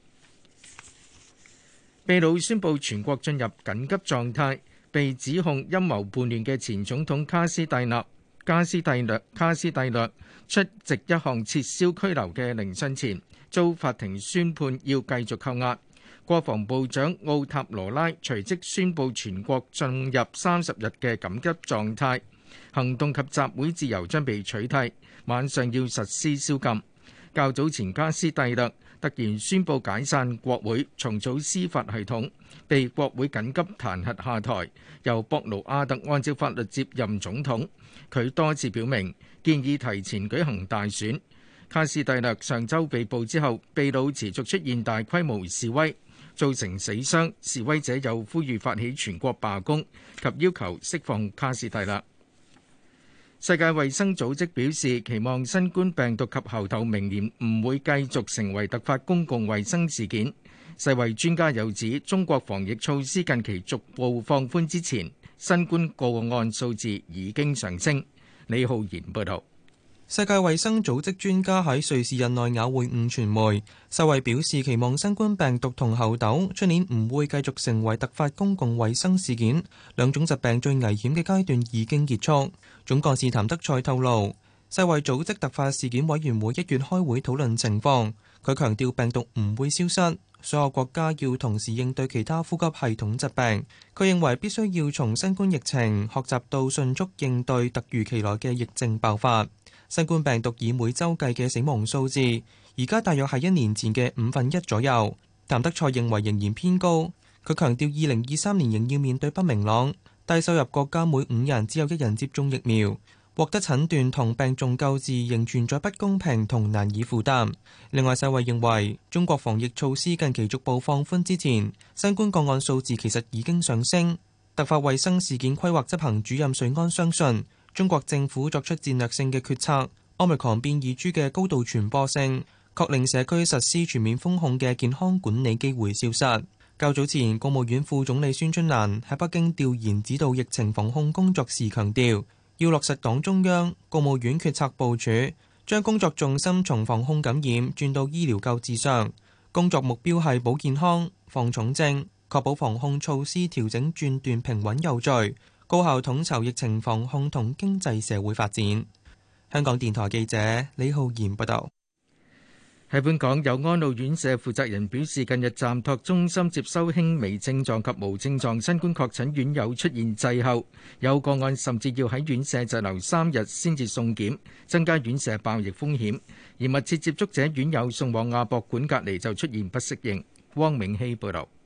秘魯宣布全國進入緊急狀態，被指控陰謀叛亂嘅前總統卡斯蒂納卡斯蒂略卡斯蒂略出席一項撤銷拘留嘅聆訊前，遭法庭宣判要繼續扣押。國防部長奧塔羅拉隨即宣布全國進入三十日嘅緊急狀態，行動及集會自由將被取締，晚上要實施宵禁。較早前卡斯蒂略突然宣布解散國會，重組司法系統，被國會緊急彈劾下台，由博盧阿特按照法律接任總統。佢多次表明建議提前舉行大選。卡斯蒂略上週被捕之後，秘魯持續出現大規模示威，造成死傷。示威者又呼籲發起全國罷工及要求釋放卡斯蒂略。世界衛生組織表示，期望新冠病毒及猴痘明年唔會繼續成為突發公共衛生事件。世衛專家又指，中國防疫措施近期逐步放寬之前，新冠個案數字已經上升。李浩然報導。 世界衛生組織專家喺瑞士日內瓦會晤傳媒，世衛表示期望新冠病毒同猴痘出年唔會繼續成為突發公共衛生事件，兩種疾病最危險嘅階段已經結束。總幹事譚德塞透露，世衛組織突發事件委員會一月開會討論情況，佢強調病毒唔會消失，所有國家要同時應對其他呼吸系統疾病。佢認為必須要從新冠疫情學習到迅速應對突如其來嘅疫症爆發。新冠病毒以每週計嘅死亡數字，而家大約係一年前嘅五分一左右。譚德塞認為仍然偏高。佢強調二零二三年仍要面對不明朗，低收入國家每五人只有一人接種疫苗，獲得診斷同病重救治仍存在不公平同難以負擔。另外，世衛認為中國防疫措施近期逐步放寬之前，新冠個案數字其實已經上升。突發衛生事件規劃執行主任瑞安相信，中國政府作出戰略性嘅決策，Omicron變異株嘅高度傳播性，確令社區實施全面封控嘅健康管理機會消失。較早前，國務院副總理孫春蘭喺北京調研指導疫情防控工作時強調，要落實黨中央、國務院決策部署，將工作重心從防控感染轉到醫療救治上。工作目標係保健康、防重症，確保防控措施調整轉段平穩有序，高效統籌疫情防控同經濟社會發展。香港電台記者李浩然報道。 喺本港，有安老院舍負責人表示，近日暫託中心接收輕微症狀及無症狀新冠確診院友出現滯後，有個案甚至要喺院舍滯留三日先至送檢，增加院舍爆疫風險。而密切接觸者院友送往亞博館隔離就出現不適應。汪明希報導。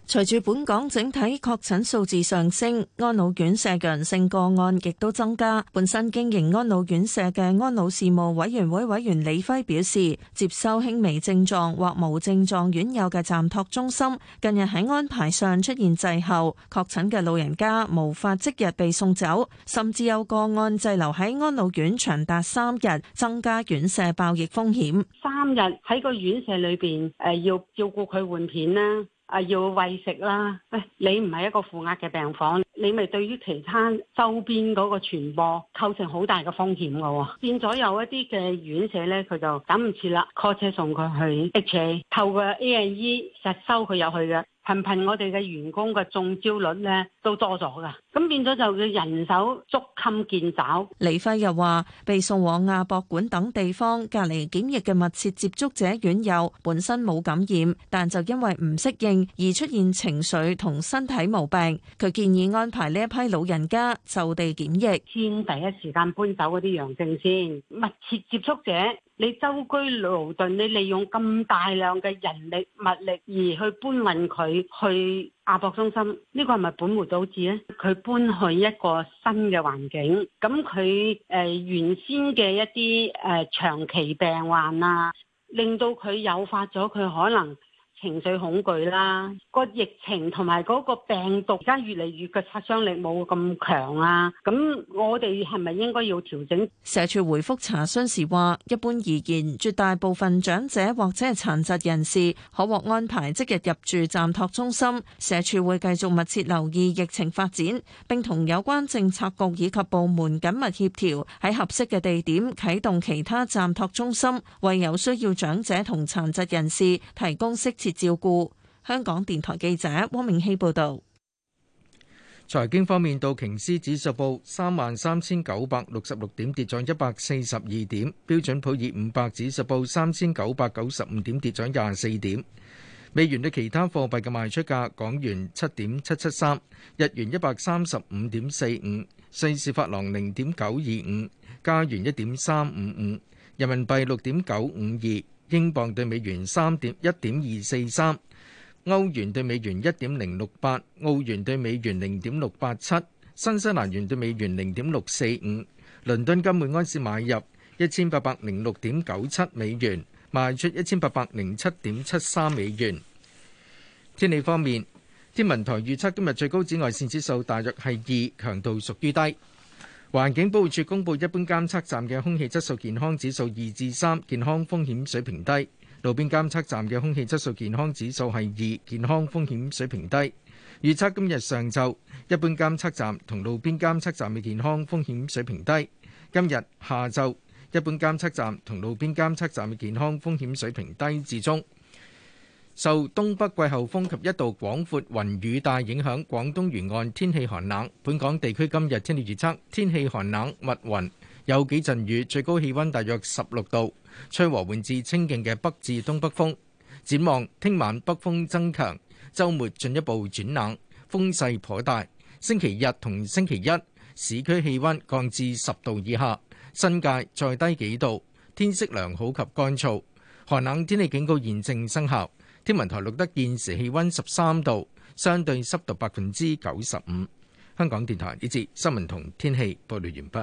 隨住本港整體確診數字上升，安老院舍陽性個案亦都增加。本身經營安老院舍嘅安老事務委員會委員李輝表示，接收輕微症狀或無症狀院友嘅暫託中心，近日喺安排上出現滯後，確診嘅老人家無法即日被送走，甚至有個案滯留喺安老院長達三日，增加院舍爆疫風險。 三日喺個院舍裏邊，誒要照顧佢換片啦。啊！要餵食啦，喂，你唔係一個負壓嘅病房，你咪對於其他周邊嗰個傳播構成好大嘅風險㗎喎。變咗有一啲嘅院舍咧，佢就趕唔切啦 call 車送佢去 H A， 透過 A and E 實收佢入去嘅。頻頻我哋嘅員工嘅中招率咧都多咗噶，咁變咗就叫人手捉襟見肘。 李輝又話，被送往亞博館等地方隔離檢疫嘅密切接觸者院友本身冇感染，但就因為唔適應而出現情緒同身體毛病。佢建議安排呢一批老人家就地檢疫， 先第一時間搬走嗰啲陽性先，密切接觸者。你舟車勞頓，你利用咁大量嘅人力物力而去搬運佢去亞博中心，呢個係咪本末倒置咧？佢搬去一個新嘅環境，咁佢誒原先嘅一啲誒、呃、長期病患啊，令到佢誘發咗佢可能情緒恐懼啦，個疫情同埋嗰個病毒而家越嚟越嘅殺傷力冇咁強啊，咁我哋係咪應該要調整？ 社署回覆查詢時話，一般而言，絕大部分長者或者係殘疾人士可獲安排即日入住暫託中心。社署會繼續密切留意疫情發展，並同有關政策局以及部門緊密協調，喺合適嘅地點啟動其他暫託中心，為有需要長者同殘疾人士提供適切照顧。香港電台記者汪明希報道。 財經方面，道瓊斯指數報三萬三千九百六十六點，跌咗一百四十二點；標準普爾五百指數報三千九百九十五點，跌咗廿四點。美元對其他貨幣嘅賣出價：港元七點七七三，日元一百三十五點四五，瑞士法郎零點九二五，加元一點三五五，人民幣六點九五二。英鎊對美元三點一點二四三，歐元對美元一點零六八，澳元對美元零點六八七，新西蘭元對美元零點六四五。倫敦金每安士買入一千八百零六點九七美元，賣出一千八百零七點七三美元。天氣方面，天文台預測今日最高紫外線指數大約係二，強度屬於低。環境保護署公布一般監測站嘅空氣質素健康指數二至三，健康風險水平低；路邊監測站嘅空氣質素健康指數係二，健康風險水平低。預測今日上晝一般監測站同路邊監測站嘅健康風險水平低；今日下晝一般監測站同路邊監測站嘅健康風險水平低至中。受東北季候風及一道廣闊雲雨帶影響，廣東沿岸天氣寒冷。本港地區今日天氣預測，天氣寒冷密雲，有幾陣雨，最高氣溫大約十六度，吹和緩至清勁嘅北至東北風。展望聽晚北風增強，週末進一步轉冷，風勢頗大。星期日同星期一市區氣溫降至十度以下，新界再低幾度，天色良好及乾燥。寒冷天氣警告現正生效。天文台錄得現時氣溫十三度，相對濕度百分之九十五。香港電台呢節新聞同天氣報道完畢。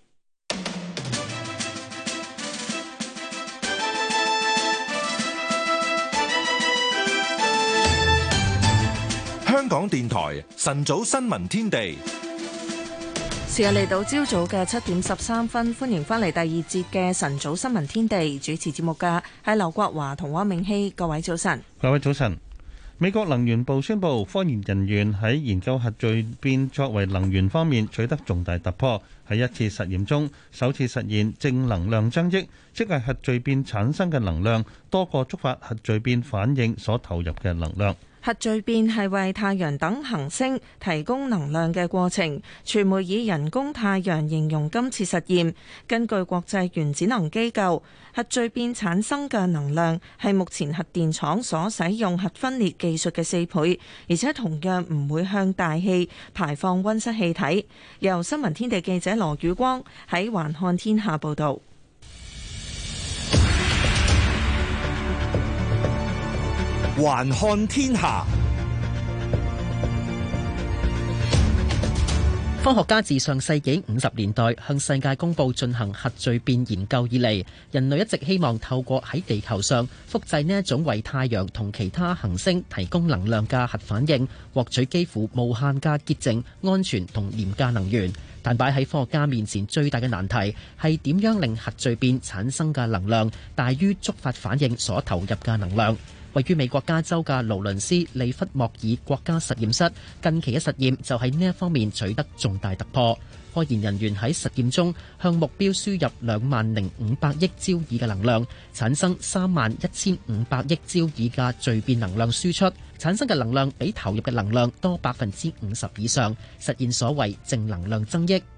香港電台晨早新聞天地。 時日嚟到朝早嘅七點十三分，歡迎翻嚟第二節嘅晨早新聞天地。主持節目嘅係劉國華同汪明希，各位早晨。 各位早晨。美國能源部宣布，科研人員喺研究核聚變作為能源方面取得重大突破，喺一次實驗中首次實現正能量增益，即係核聚變產生嘅能量多過觸發核聚變反應所投入嘅能量。 核聚變係為太陽等行星提供能量嘅過程。傳媒以人工太陽形容今次實驗。根據國際原子能機構，核聚變產生嘅能量係目前核電廠所使用核分裂技術嘅四倍，而且同樣唔會向大氣排放溫室氣體。由新聞天地記者羅宇光喺環看天下報導。 環看天下， 科學家自上世紀五十年代向世界公佈進行核聚變研究以嚟，人類一直希望透過喺地球上複製呢一種為太陽同其他行星提供能量嘅核反應，獲取幾乎無限嘅潔淨、安全同廉價能源。但擺喺科學家面前最大嘅難題係點樣令核聚變產生嘅能量大於觸發反應所投入嘅能量。位於美國加州嘅勞倫斯利弗莫爾國家實驗室近期嘅實驗就喺呢一方面取得重大突破。科研人員喺實驗中向目標輸入兩萬零五百億焦耳嘅能量，產生三萬一千五百億焦耳嘅聚變能量輸出，產生嘅能量比投入嘅能量多百分之五十以上，實現所謂正能量增益。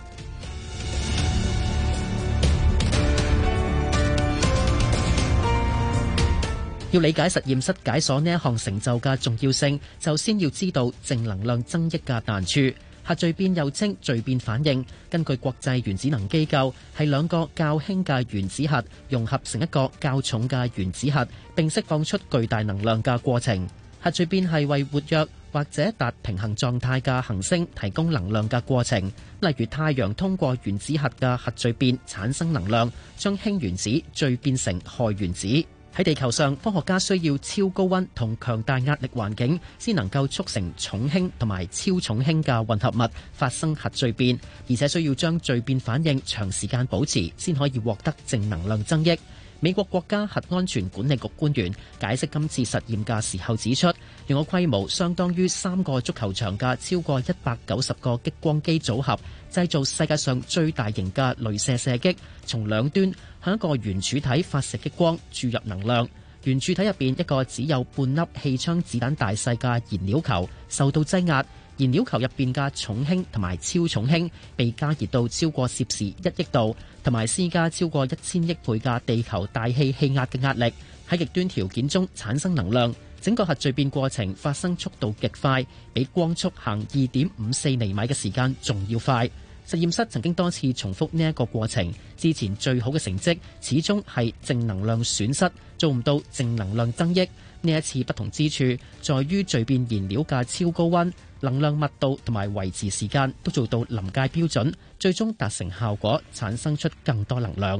要理解實驗室解鎖呢一項成就嘅重要性，就先要知道正能量增益嘅難處。核聚變又稱聚變反應，根據國際原子能機構，係兩個較輕嘅原子核融合成一個較重嘅原子核，並釋放出巨大能量嘅過程。核聚變係為活躍或者達平衡狀態嘅行星提供能量嘅過程，例如太陽通過原子核嘅核聚變產生能量，將氫原子聚變成氦原子。喺地球上，科學家需要超高溫同強大壓力環境，先能夠促成重氫同埋超重氫嘅混合物發生核聚變，而且需要將聚變反應長時間保持，先可以獲得正能量增益。美國國家核安全管理局官員解釋今次實驗嘅時候指出，用個規模相當於三個足球場嘅超過一百九十個激光機組合，製造世界上最大型嘅鐳射射擊，從兩端向一個圓柱體發射激光，注入能量。圓柱體入邊一個只有半粒氣槍子彈大細嘅燃料球受到擠壓，燃料球入邊嘅重氫同埋超重氫被加熱到超過攝氏一億度，同埋施加超過一千億倍嘅地球大氣氣壓嘅壓力，喺極端條件中產生能量。整個核聚變過程發生速度極快，比光速行二點五四厘米嘅時間仲要快。實驗室曾經多次重複呢一個過程，之前最好嘅成績始終係正能量損失，做唔到正能量增益。呢一次不同之處在於聚變燃料嘅超高溫、能量密度同埋維持時間都做到臨界標準，最終達成效果，產生出更多能量。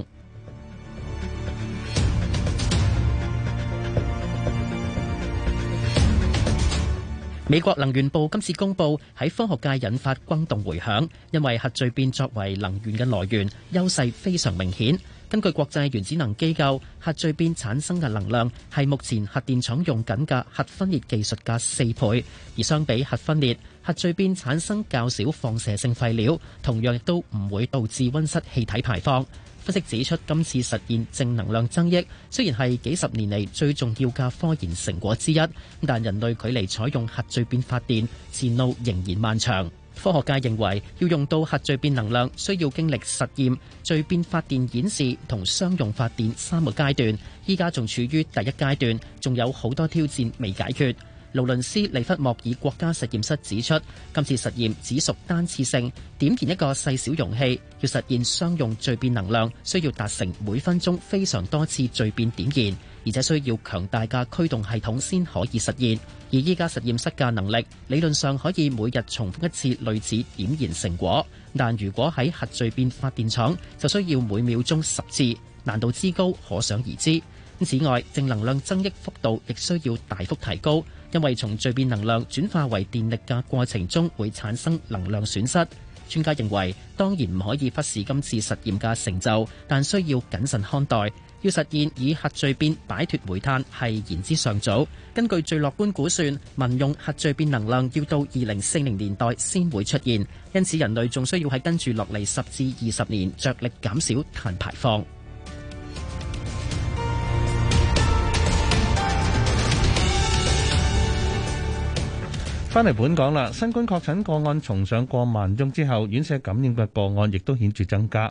美國能源部今次公佈喺科學界引發轟動迴響，因為核聚變作為能源嘅來源，優勢非常明顯。根據國際原子能機構，核聚變產生嘅能量係目前核電廠用緊嘅核分裂技術嘅四倍，而相比核分裂，核聚變產生較少放射性廢料，同樣亦都唔會導致溫室氣體排放。分析指出，今次實現正能量增益，雖然係幾十年嚟最重要嘅科研成果之一，但人類距離採用核聚變發電前路仍然漫長。科學界認為，要用到核聚變能量，需要經歷實驗、聚變發電演示同商用發電三個階段，依家仲處於第一階段，仲有好多挑戰未解決。勞倫斯利弗莫爾國家實驗室指出，今次實驗只屬單次性，點燃一個細小容器，要實現商用聚變能量，需要達成每分鐘非常多次聚變點燃，而且需要強大嘅驅動系統先可以實現。而依家實驗室嘅能力，理論上可以每日重複一次類似點燃成果，但如果喺核聚變發電廠，就需要每秒鐘十次，難度之高可想而知。此外，正能量增益幅度亦需要大幅提高，因為從聚變能量轉化為電力嘅過程中會產生能量損失。專家認為，當然唔可以忽視今次實驗嘅成就，但需要謹慎看待。要實現以核聚變擺脱煤炭係言之尚早。根據最樂觀估算，民用核聚變能量要到二零四零年代先會出現，因此人類仲需要喺跟住落嚟十至二十年着力減少碳排放。 翻嚟本港啦，新冠確診個案重上過萬宗之後，院舍感染嘅個案亦都顯著增加。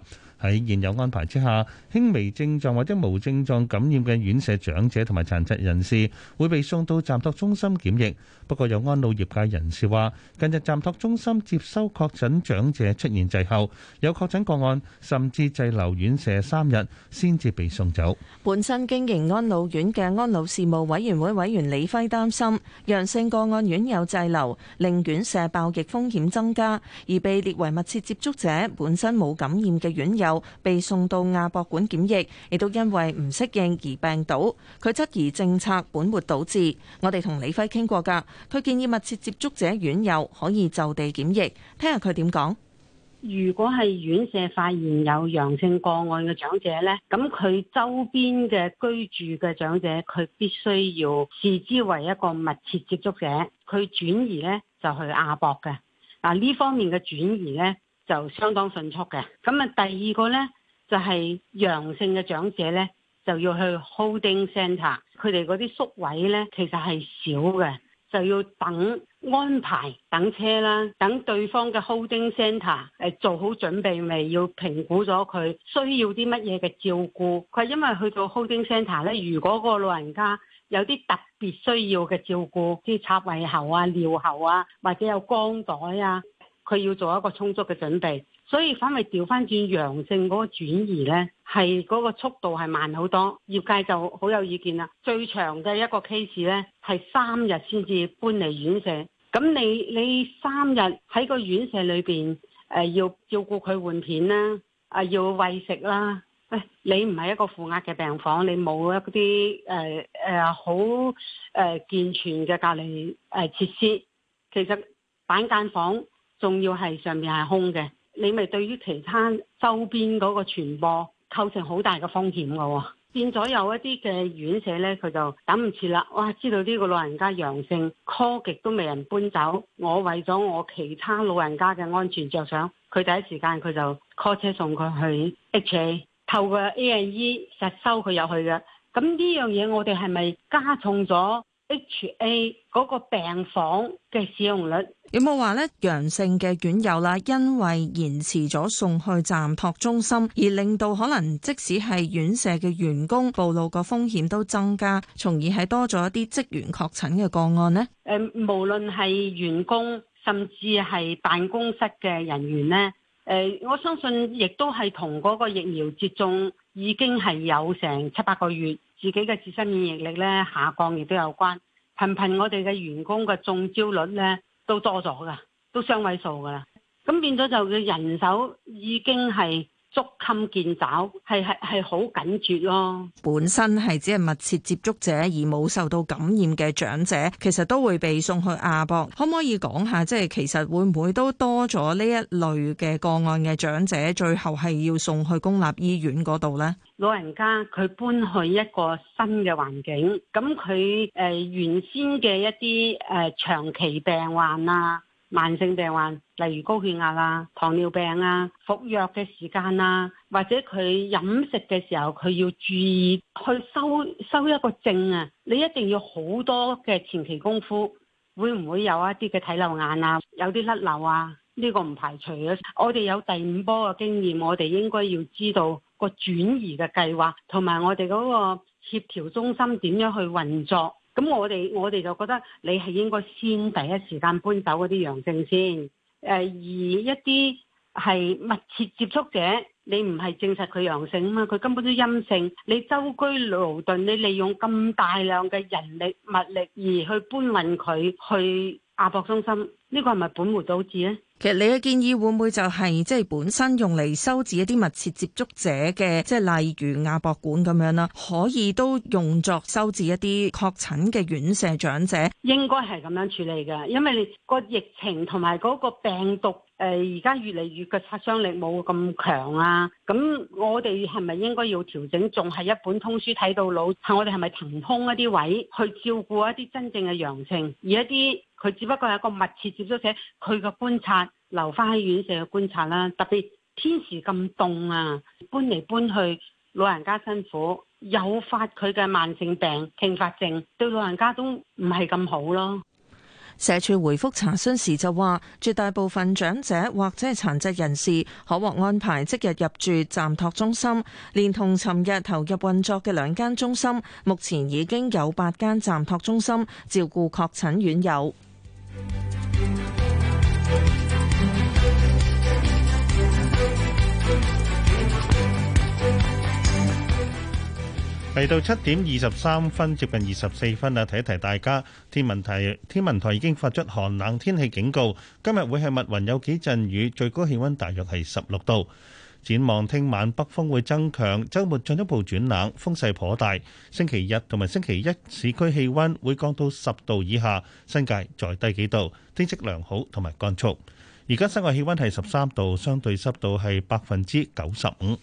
喺現有安排之下，輕微症狀或者無症狀感染嘅院舍長者同埋殘疾人士會被送到暫託中心檢疫。不過有安老業界人士話，近日暫託中心接收確診長者出現滯後，有確診個案甚至滯留院舍三日先至被送走。 本身經營安老院嘅安老事務委員會委員李輝擔心，陽性個案院有滯留，令院舍爆疫風險增加，而被列為密切接觸者本身冇感染嘅院友被送到亞博館檢疫，亦都因為唔適應而病倒。佢質疑政策本末倒置。我哋同李輝傾過㗎，佢建議密切接觸者院友可以就地檢疫，聽下佢點講。 如果係院舍發現有陽性個案嘅長者呢，咁佢周邊嘅居住嘅長者，佢必須要視之為一個密切接觸者，佢轉移呢就去亞博嘅。嗱，呢方面嘅轉移呢就相當迅速嘅。咁啊，第二個呢，就係陽性嘅長者呢，就要去 holding centre，佢哋嗰啲宿位呢，其實係少嘅。就要等安排等車啦，等對方嘅 holding centre 誒做好準備未，要評估咗佢需要啲乜嘢嘅照顧。佢因為去到 holding centre 咧，如果個老人家有啲特別需要嘅照顧，即係插胃喉啊、尿喉啊，或者有光袋啊，佢要做一個充足嘅準備。所以反為調翻轉陽性嗰個轉移呢，係嗰個速度係慢好多，業界就好有意見啦。最長嘅一個 case 呢，係三日先至搬離院舍。咁你你三日喺個院舍裏邊，誒、呃、要照顧佢換片啦，啊要餵食啦。喂，你唔係一個負壓嘅病房，你冇一啲誒誒好誒健全嘅隔離誒設施。其實板間房仲要係上面係空嘅。你咪對於其他周邊嗰個傳播構成好大嘅風險㗎喎，變咗有一啲嘅院舍呢，佢就等唔切啦。哇，知道呢個老人家陽性 call 極都未人搬走，我為咗我其他老人家嘅安全着想，佢第一時間佢就 call 車送佢去 H A， 透過 A and E 實收佢入去嘅。咁呢樣嘢我哋係咪加重咗 H A 嗰個病房嘅使用率？ 有冇話咧陽性嘅院友啦，因為延遲咗送去暫託中心，而令到可能即使係院舍嘅員工暴露個風險都增加，從而係多咗一啲職員確診嘅個案呢？ 誒，無論係員工甚至係辦公室嘅人員呢，誒，我相信亦都係同嗰個疫苗接種已經係有成七八個月，自己嘅自身免疫力咧下降亦都有關。頻頻我哋嘅員工嘅中招率咧都多咗噶，都雙位數噶啦。咁變咗就嘅人手已經係捉襟見肘，係係係好緊絀咯。 本身係只係密切接觸者而冇受到感染嘅長者，其實都會被送去亞博。可唔可以講下，即係其實會唔會都多咗呢一類嘅個案嘅長者，最後係要送去公立醫院嗰度呢？ 老人家佢搬去一個新嘅環境，咁佢誒原先嘅一啲誒、呃、長期病患啊、慢性病患，例如高血壓啊、糖尿病啊、服藥嘅時間啊，或者佢飲食嘅時候佢要注意去收收一個症啊，你一定要好多嘅前期功夫，會唔會有一啲嘅睇漏眼啊，有啲甩漏啊？呢個唔排除嘅。我哋有第五波嘅經驗，我哋應該要知道個轉移嘅計劃，同埋我哋嗰個協調中心點樣去運作。咁我哋我哋就覺得你係應該先第一時間搬走嗰啲陽性先。誒，而一啲係密切接觸者，你唔係證實佢陽性啊嘛，佢根本都陰性。你舟車勞頓，你利用咁大量嘅人力物力而去搬運佢去亞博中心，呢個係咪本末倒置呢？ 其實你嘅建議會唔會就係即係本身用嚟收治一啲密切接觸者嘅，即係例如亞博館咁樣啦，可以都用作收治一啲確診嘅院舍長者？ 應該係咁樣處理嘅，因為你個疫情同埋嗰個病毒誒而家越嚟越嘅殺傷力冇咁強啊，咁我哋係咪應該要調整？仲係一本通書睇到老，係我哋係咪騰空一啲位去照顧一啲真正嘅陽性，而一啲佢只不過係一個密切接觸者，佢嘅觀察留翻喺院舍嘅觀察啦。特別天時咁凍啊，搬嚟搬去，老人家辛苦，誘發佢嘅慢性病併發症，對老人家都唔係咁好咯。 社署回覆查詢時就話，絕大部分長者或者係殘疾人士可獲安排即日入住暫託中心，連同尋日投入運作嘅兩間中心，目前已經有八間暫託中心照顧確診院友。 嚟到七點二十三分，接近二十四分啦，提一提大家，天文台天文台已經發出寒冷天氣警告，今日會係密雲有幾陣雨，最高氣溫大約係十六度。展望聽晚北風會增強，週末進一步轉冷，風勢頗大。星期日同埋星期一市區氣溫會降到十度以下，新界再低幾度，天色良好同埋乾燥。而家室外氣溫係十三度，相對濕度係百分之九十五。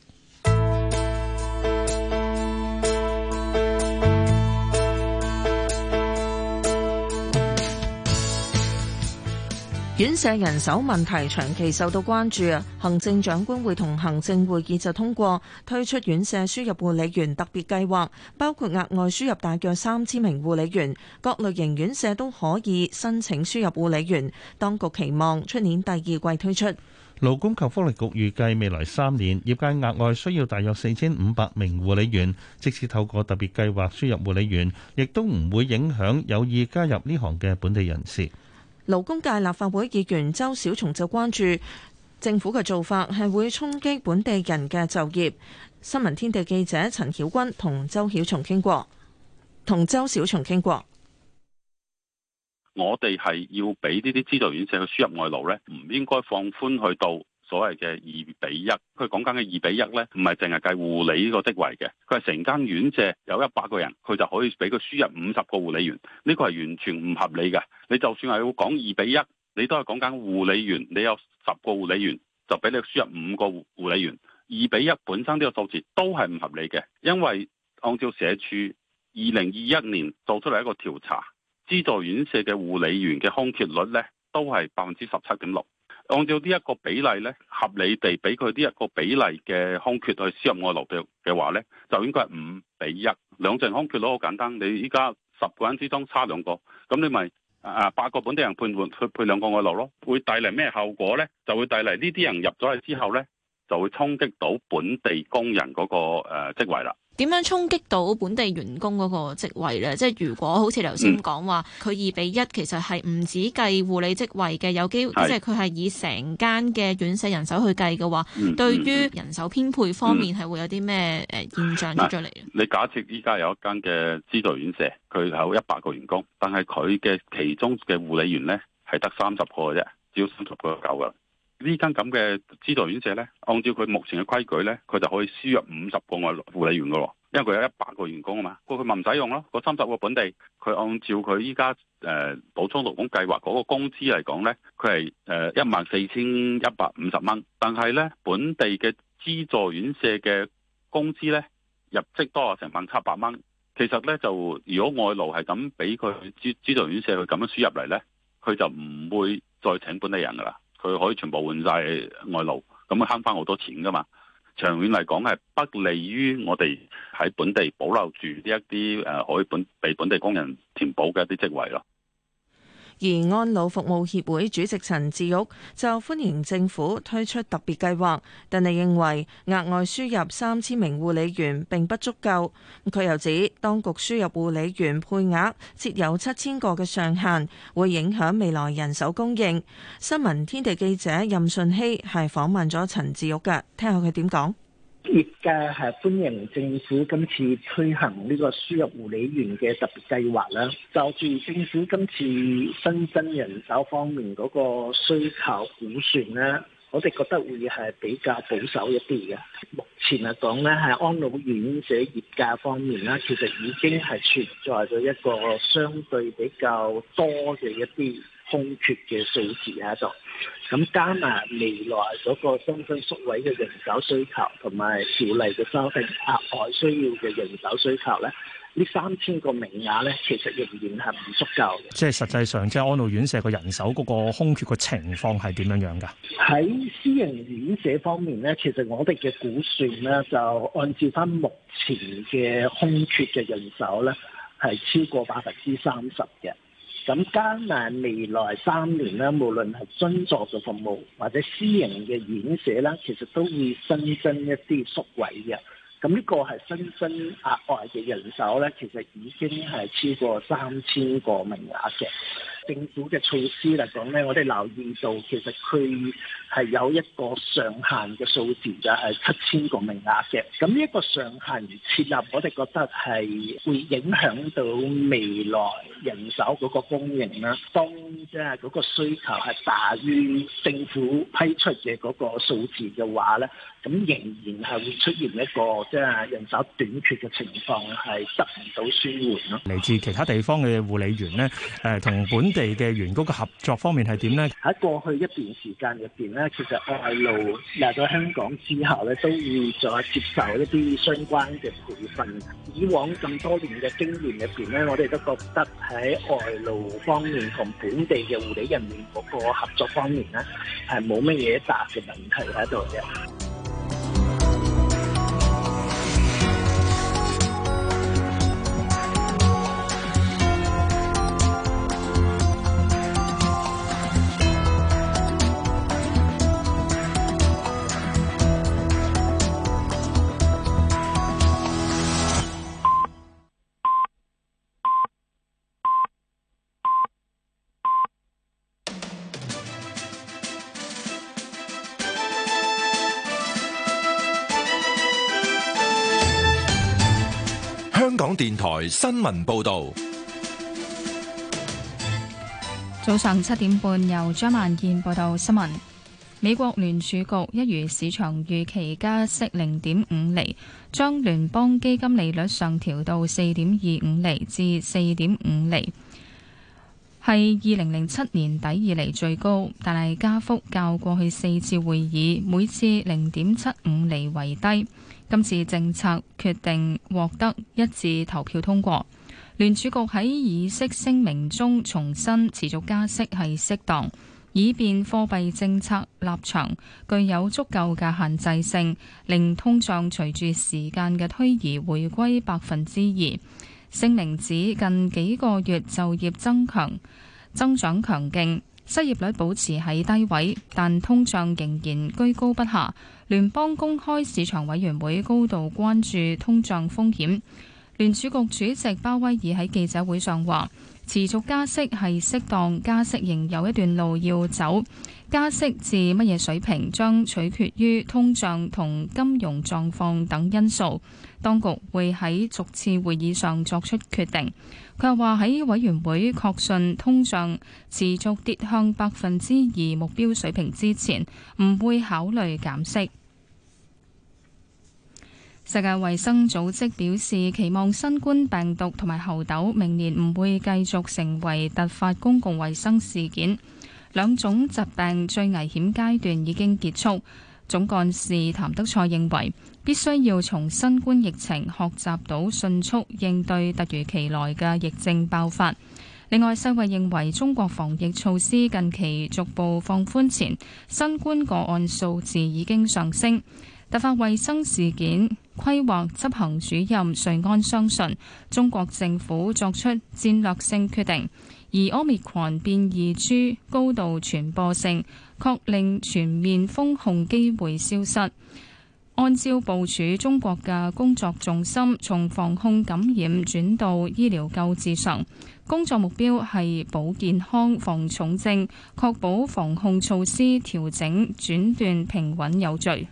院舍人手問題長期受到關注啊！行政長官會同行政會議就通過推出院舍輸入護理員特別計劃，包括額外輸入大約三千名護理員，各類型院舍都可以申請輸入護理員。當局期望出年第二季推出。 勞工及福利局預計未來三年業界額外需要大約四千五百名護理員，即使透過特別計劃輸入護理員，亦都唔會影響有意加入呢行嘅本地人士。 勞工界立法會議員周小松就關注政府嘅做法係會衝擊本地人嘅就業。新聞天地記者陳曉君同周曉松傾過，同周小松傾過。 我哋係要俾呢啲資助院舍去輸入外勞呢，唔應該放寬去到所謂嘅二比一。佢講緊嘅二比一呢，唔係淨係計護理呢個職位嘅，佢係成間院舍有一百個人，佢就可以俾佢輸入五十個護理員。呢個係完全唔合理嘅。你就算係要講二比一，你都係講緊護理員，你有十個護理員就俾你輸入五個護理員。二比一本身呢個數字都係唔合理嘅，因為按照社署二零二一年做出嚟一個調查，資助院舍嘅護理員嘅空缺率呢都係百分之十七點六。按照呢一個比例呢，合理地俾佢呢一個比例嘅空缺去輸入外勞嘅嘅話呢，就應該係五比一。兩成空缺率好簡單，你依家十個人之中差兩個，咁你咪啊八個本地人配換去配兩個外勞咯，會帶嚟咩後果呢？就會帶嚟呢啲人入咗去之後呢，就會衝擊到本地工人嗰個誒職位啦。 點樣衝擊到本地員工嗰個職位呢？即係如果好似頭先講話，佢二比一其實係唔止計護理職位嘅，有機會即係佢係以成間嘅院舍人手去計嘅話，嗯、對於人手編配方面係會有啲咩誒現象出咗嚟？你假設依家有一間嘅資助院舍，佢有一百個員工，但係佢嘅其中嘅護理員呢係得三十個嘅啫，只要三十個就夠噶。呢間咁嘅資助院舍呢，按照佢目前嘅規矩呢，佢就可以輸入五十個外護理員噶咯，因為佢有一百個員工啊嘛，佢佢咪唔使用咯。嗰三十個本地，佢按照佢依家誒補充勞工計劃嗰個工資嚟講呢，佢係誒一萬四千一百五十蚊。但係呢，本地嘅資助院舍嘅工資呢，入職多啊成萬七百蚊。其實呢，就如果外勞係咁俾佢資資助院舍去咁樣輸入嚟呢，佢就唔會再請本地人噶啦。佢可以全部換晒外勞，咁慳翻好多錢噶嘛。長遠嚟講係不利於我哋喺本地保留住呢一啲誒可以本被本地工人填補嘅一啲職位咯。 而安老服務協會主席陳志玉就歡迎政府推出特別計劃，但係認為額外輸入三千名護理員並不足夠。佢又指當局輸入護理員配額設有七千個嘅上限，會影響未來人手供應。新聞天地記者任順熙係訪問咗陳志玉嘅，聽下佢點講。 業界係歡迎政府今次推行呢個輸入護理員嘅特別計劃啦。就住政府今次新增人手方面嗰個需求估算咧，我哋覺得會係比較保守一啲嘅。目前嚟講咧，係安老院舍業界方面咧，其實已經係存在咗一個相對比較多嘅一啲空缺嘅數字喺度，咁加埋未來嗰個新增宿位嘅人手需求，同埋條例嘅修訂額外需要嘅人手需求咧，呢三千個名額咧，其實仍然係唔足夠嘅。即係實際上，即係安老院舍個人手嗰個空缺嘅情況係點樣樣㗎？喺私人院舍方面咧，其實我哋嘅估算咧，就按照翻目前嘅空缺嘅人手咧，係超過百分之三十嘅。 咁加埋未來三年咧，無論係津助嘅服務或者私營嘅院舍啦，其實都會新增一啲宿位嘅。咁呢個係新增額外嘅人手咧，其實已經係超過三千個名額嘅。政府嘅措施嚟講咧，我哋留意到其實佢係有一個上限嘅數字嘅，係七千個名額嘅。咁呢一個上限設立，我哋覺得係會影響到未來人手嗰個供應啦。當即係嗰個需求係大於政府批出嘅嗰個數字嘅話咧，咁仍然係會出現一個即係人手短缺嘅情況，係得唔到舒緩咯。 嚟自其他地方嘅護理員咧，誒同本地嘅員工嘅合作方面係點咧？ 喺過去一段時間入邊咧，其實外勞嚟到香港之後咧，都會再接受一啲相關嘅培訓。以往咁多年嘅經驗入邊咧，我哋都覺得喺外勞方面同本地嘅護理人員嗰個合作方面咧，係冇乜嘢大嘅問題喺度嘅。 香港電台新聞報道， 早上七點半由張萬燕報道新聞。美國聯儲局一如市場預期加息零點五厘，將聯邦基金利率上調到四點二五厘至四點五厘，係二零零七年底以嚟最高，但係加幅較過去四次會議每次零點七五厘為低。今次政策決定獲得一致投票通過。聯儲局喺議息聲明中重申持續加息係適當，以便貨幣政策立場具有足夠嘅限制性，令通脹隨住時間嘅推移回歸百分之二。聲明指近幾個月就業增強增長強勁，失業率保持喺低位，但通脹仍然居高不下。聯邦公開市場委員會高度關注通脹風險。聯儲局主席鮑威爾喺記者會上話，持續加息係適當，加息仍有一段路要走。加息至乜嘢水平將取決於通脹同金融狀況等因素，當局會喺逐次會議上作出決定。佢又話喺委員會確信通脹持續跌向百分之二目標水平之前，唔會考慮減息。世界衛生組織表示，期望新冠病毒同埋猴痘明年唔會繼續成為突發公共衛生事件。兩種疾病最危險階段已經結束。總幹事譚德塞認為，必須要從新冠疫情學習到迅速應對突如其來嘅疫症爆發。另外，世衛認為中國防疫措施近期逐步放寬前，新冠個案數字已經上升。突發衛生事件規劃執行主任瑞安相信，中國政府作出戰略性決定，而 Omicron 變異株高度傳播性，確令全面封控機會消失。按照部署，中國嘅工作重心從防控感染轉到醫療救治上，工作目標係保健康、防重症，確保防控措施調整轉段平穩有序。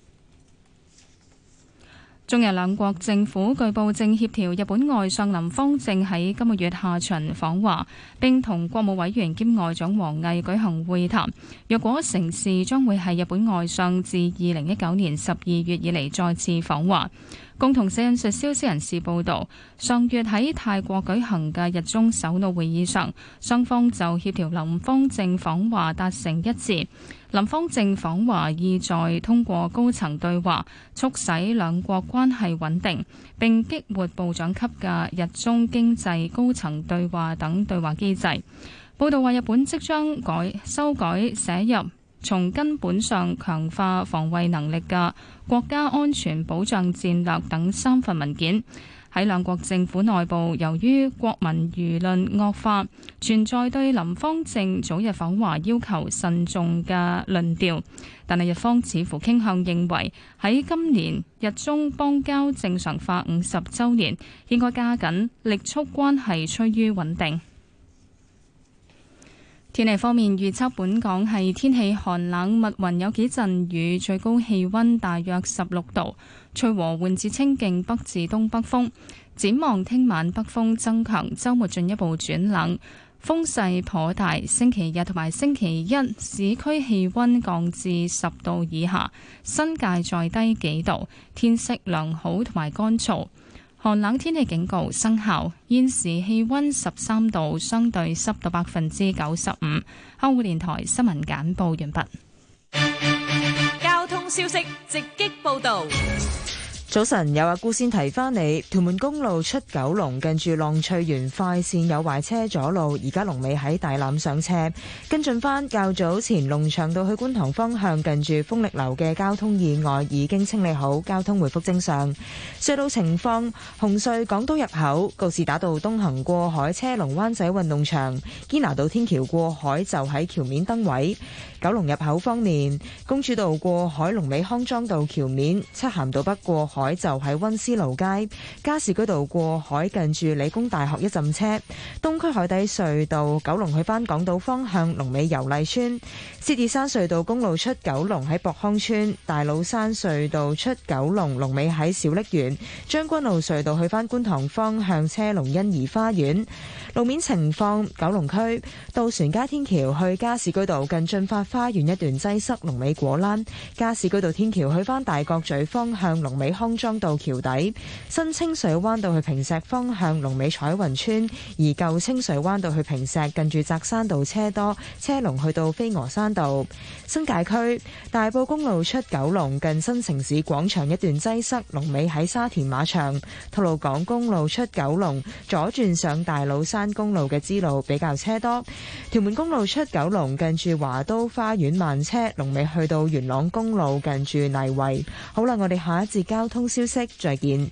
中日兩國政府據報正協調日本外相林芳正喺今個月下旬訪華，並同國務委員兼外長王毅舉行會談。若果成事，將會係日本外相自二零一九年十二月以嚟再次訪華。共同社引述消息人士報道，上月喺泰國舉行嘅日中首腦會議上，雙方就協調林芳正訪華達成一致。林芳正訪華意在通過高層對話，促使兩國關係穩定，並激活部長級嘅日中經濟高層對話等對話機制。報道話，日本即將改修改寫入從根本上強化防衛能力嘅國家安全保障戰略等三份文件。 喺兩國政府內部，由於國民輿論惡化，存在對林芳正早日訪華要求慎重嘅論調。但係日方似乎傾向認為，喺今年日中邦交正常化五十週年，應該加緊力促關係趨於穩定。天氣方面預測，本港係天氣寒冷，密雲有幾陣雨，最高氣溫大約十六度，吹和緩至清勁北至東北風。展望聽晚北風增強，週末進一步轉冷，風勢頗大。星期日同埋星期一市區氣溫降至十度以下，新界再低幾度，天色良好同埋乾燥。寒冷天氣警告生效，現時氣溫十三度，相對濕度百分之九十五。香港電台新聞簡報完畢。 交通消息直擊報道。 早晨，有阿姑先提翻你，屯門公路出九龍近住浪翠園快線有壞車阻路，而家龍尾喺大欖上斜。跟進翻較早前龍翔道去觀塘方向近住豐力樓嘅交通意外已經清理好，交通回復正常。隧道情況，紅隧港島入口告士打道東行過海車龍灣仔運動場，堅拿道天橋過海就喺橋面燈位。九龍入口方面，公主道過海龍尾康莊道橋面，漆咸道北過海就喺溫思勞街，加士居道過海近住理工大學一陣車。東區海底隧道九龍去返港島方向龍尾油麗邨，獅子山隧道公路出九龍喺博康村，大老山隧道出九龍龍尾喺小瀝源，將軍澳隧道去返觀塘方向車龍欣怡花園。路面情況，九龍區渡船街天橋去加士居道近駿發花園一段擠塞，龍尾果欄；加士居道天橋去返大角咀方向龍尾康莊道橋底；新清水灣道去坪石方向龍尾彩雲村，而舊清水灣道去坪石近住扎山道車多，車龍去到飛鵝山道。新界區大埔公路出九龍近新城市廣場一段擠塞，龍尾喺沙田馬場；吐露港公路出九龍左轉上大老山公路嘅支路比較車多。屯門公路出九龍近住華都花園慢車，龍尾去到元朗公路近住泥圍。好啦，我哋下一節交通消息再見。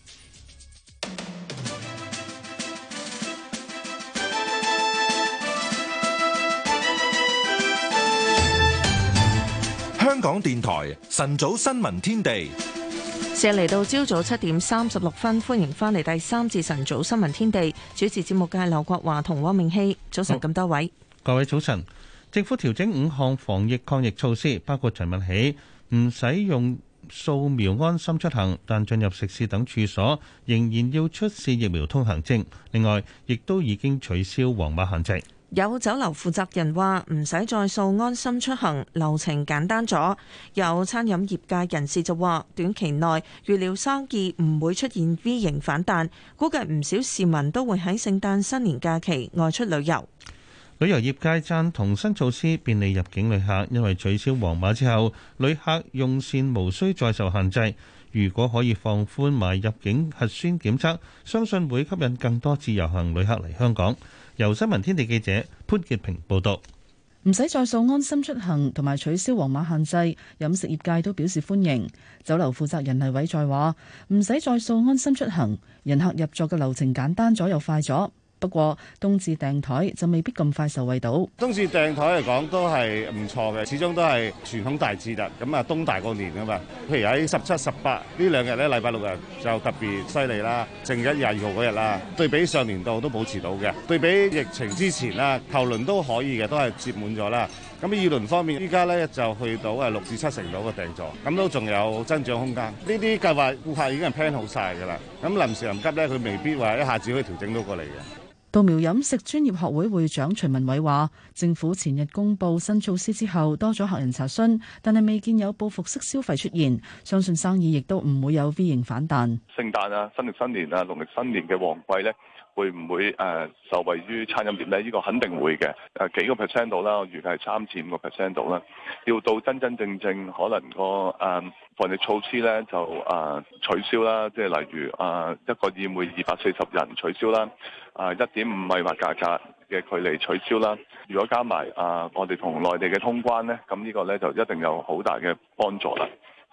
香港電台晨早新聞天地。 時日嚟到朝早七點三十六分，歡迎翻嚟第三節晨早新聞天地。主持節目嘅係劉國華同汪明熙。早晨咁多位， 各位早晨。政府調整五項防疫抗疫措施，包括尋日起唔使用掃描安心出行，但進入食肆等處所仍然要出示疫苗通行證。另外，亦都已經取消黃碼限制。 有酒樓負責人話唔使再掃安心出行，流程簡單咗。有餐飲業界人士就話，短期內預料生意唔會出現 V 型反彈，估計唔少市民都會喺聖誕新年假期外出旅遊。 旅遊業界贊同新措施便利入境旅客，因為取消黃碼之後，旅客用膳無需再受限制。如果可以放寬埋入境核酸檢測，相信會吸引更多自由行旅客嚟香港。由新聞天地記者潘潔平報道。 唔使再掃安心出行同埋取消黃碼限制，飲食業界都表示歡迎。酒樓負責人黎偉在話：唔使再掃安心出行，人客入座嘅流程簡單咗又快咗。不過冬至訂台就未必咁快受惠到。 冬至訂台嚟講都係唔錯嘅，始終都係傳統大節日，咁啊冬大過年啊嘛。譬如喺十七、十八呢兩日咧，禮拜六日就特別犀利啦，正一廿二號嗰日啦，對比上年度都保持到嘅。對比疫情之前啦，頭輪都可以嘅，都係接滿咗啦。咁二輪方面，依家咧就去到誒六至七成到嘅訂座，咁都仲有增長空間。呢啲計劃顧客已經係 plan 好晒㗎啦。咁臨時臨急咧，佢未必話一下子可以調整到過嚟嘅。 稻苗飲食專業學會會長徐文偉話，政府前日公布新措施之後，多咗客人查詢，但係未見有報復式消費出現，相信生意亦都唔會有 V 型反彈。 聖誕啊、新歷新年啊、農曆新年嘅旺季咧，會唔會誒、呃、受惠於餐飲業咧？呢、這個肯定會嘅，誒、呃、幾個 percent 度啦，我預計係三至五個 percent 度啦。要到真真正正可能個誒、呃、防疫措施咧就誒、呃、取消啦，即係例如誒、呃、一個宴會二百四十人取消啦。啊，一點五米或價格嘅距離取消啦。如果加埋啊，我哋同內地嘅通關呢，咁呢個呢就一定有好大嘅幫助啦。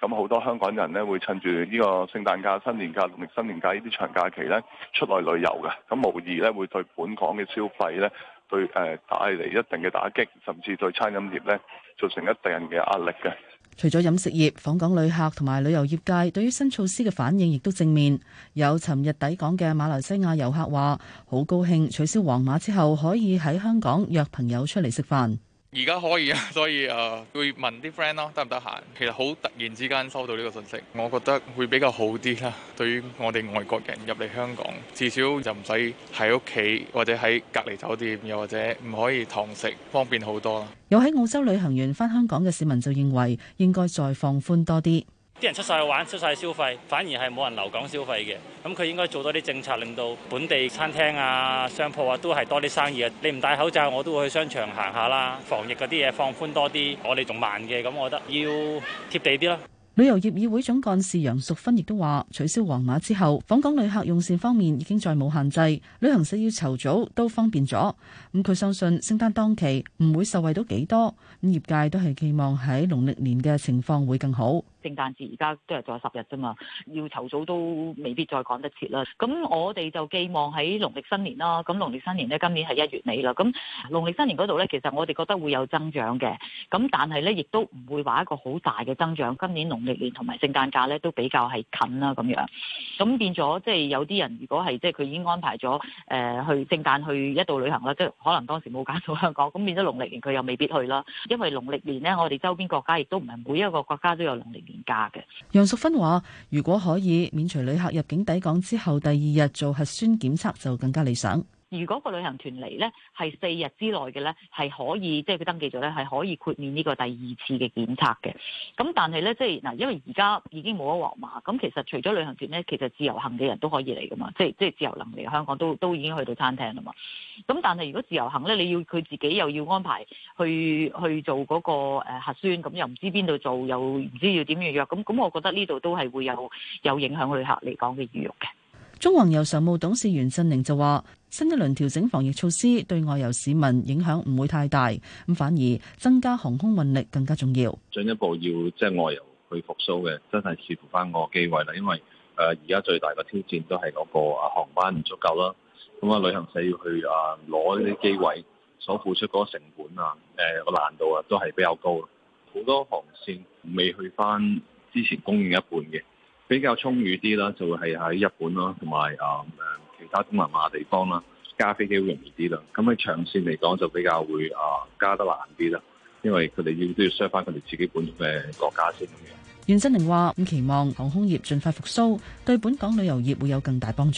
咁好多香港人呢會趁住呢個聖誕假、新年假、農曆新年假呢啲長假期呢出來旅遊嘅，咁無疑呢會對本港嘅消費呢對誒帶嚟一定嘅打擊，甚至對餐飲業呢造成一定嘅壓力嘅。 除咗飲食業，訪港旅客同埋旅遊業界對於新措施嘅反應亦都正面。有尋日抵港嘅馬來西亞遊客話：好高興取消黃碼之後，可以喺香港約朋友出嚟食飯。 而家可以啊，所以誒、呃、會問啲 friend 咯，得唔得閒？其實好突然之間收到呢個信息，我覺得會比較好啲啦。對於我哋外國人入嚟香港，至少就唔使喺屋企或者喺隔離酒店，又或者唔可以堂食，方便好多啦。 有喺澳洲旅行完返香港嘅市民就認為應該再放寬多啲。 啲人出晒去玩，出晒去消費，反而係冇人留港消費嘅。咁佢應該做多啲政策，令到本地餐廳啊、商鋪啊都係多啲生意啊。你唔戴口罩，我都會去商場行下啦。防疫嗰啲嘢放寬多啲，我哋仲慢嘅，咁我覺得要貼地啲咯。 旅遊業議會總幹事楊淑芬亦都話：取消黃碼之後，訪港旅客用膳方面已經再冇限制，旅行社要籌組都方便咗。咁佢相信聖誕當期唔會受惠到幾多，咁業界都係寄望喺農曆年嘅情況會更好。 聖誕節而家都係仲有十日啫嘛，要籌早都未必再趕得切啦。咁我哋就寄望喺農曆新年啦。咁農曆新年呢，今年係一月尾啦。咁農曆新年嗰度呢，其實我哋覺得會有增長嘅。咁但係呢，亦都唔會話一個好大嘅增長。今年農曆年同埋聖誕假呢，都比較係近啦咁樣。咁變咗即係有啲人如果係即係佢已經安排咗誒、呃、去聖誕去一度旅行啦，即係可能當時冇揀到香港，咁變咗農曆年佢又未必去啦。因為農曆年呢，我哋周邊國家亦都唔係每一個國家都有農曆年假嘅。 楊淑芬話：如果可以免除旅客入境抵港之後第二日做核酸檢測，就更加理想。 如果個旅行團嚟呢，係四日之內嘅呢，係可以即係佢登記咗呢，係可以豁免呢個第二次嘅檢測嘅。咁但係呢，即係嗱，因為而家已經冇咗黃碼，咁其實除咗旅行團呢，其實自由行嘅人都可以嚟噶嘛，即係即係自由行嚟香港都都已經去到餐廳啦嘛。咁但係如果自由行呢，你要佢自己又要安排去去做嗰個誒核酸，咁又唔知邊度做，又唔知要點預約，咁咁我覺得呢度都係會有有影響旅客嚟講嘅意欲嘅。 中宏遊常務董事袁振寧就話：新一輪調整防疫措施對外遊市民影響唔會太大，咁反而增加航空運力更加重要。 進一步要即係外遊去復甦嘅，真係視乎翻個機位啦。因為誒而家最大嘅挑戰都係嗰個啊航班唔足夠啦。咁啊旅行社要去啊攞呢啲機位所付出嗰個成本啊，誒個難度啊都係比較高。好多航線未去翻之前供應一半嘅。比較充裕啲啦，就會係喺日本啦，同埋啊誒其他東南亞地方啦，加飛機會容易啲啦。咁喺長線嚟講就比較會啊加得難啲啦，因為佢哋要都要 serve 翻佢哋自己本土嘅國家先咁樣。 袁振寧話：咁期望航空業盡快復甦，對本港旅遊業會有更大幫助。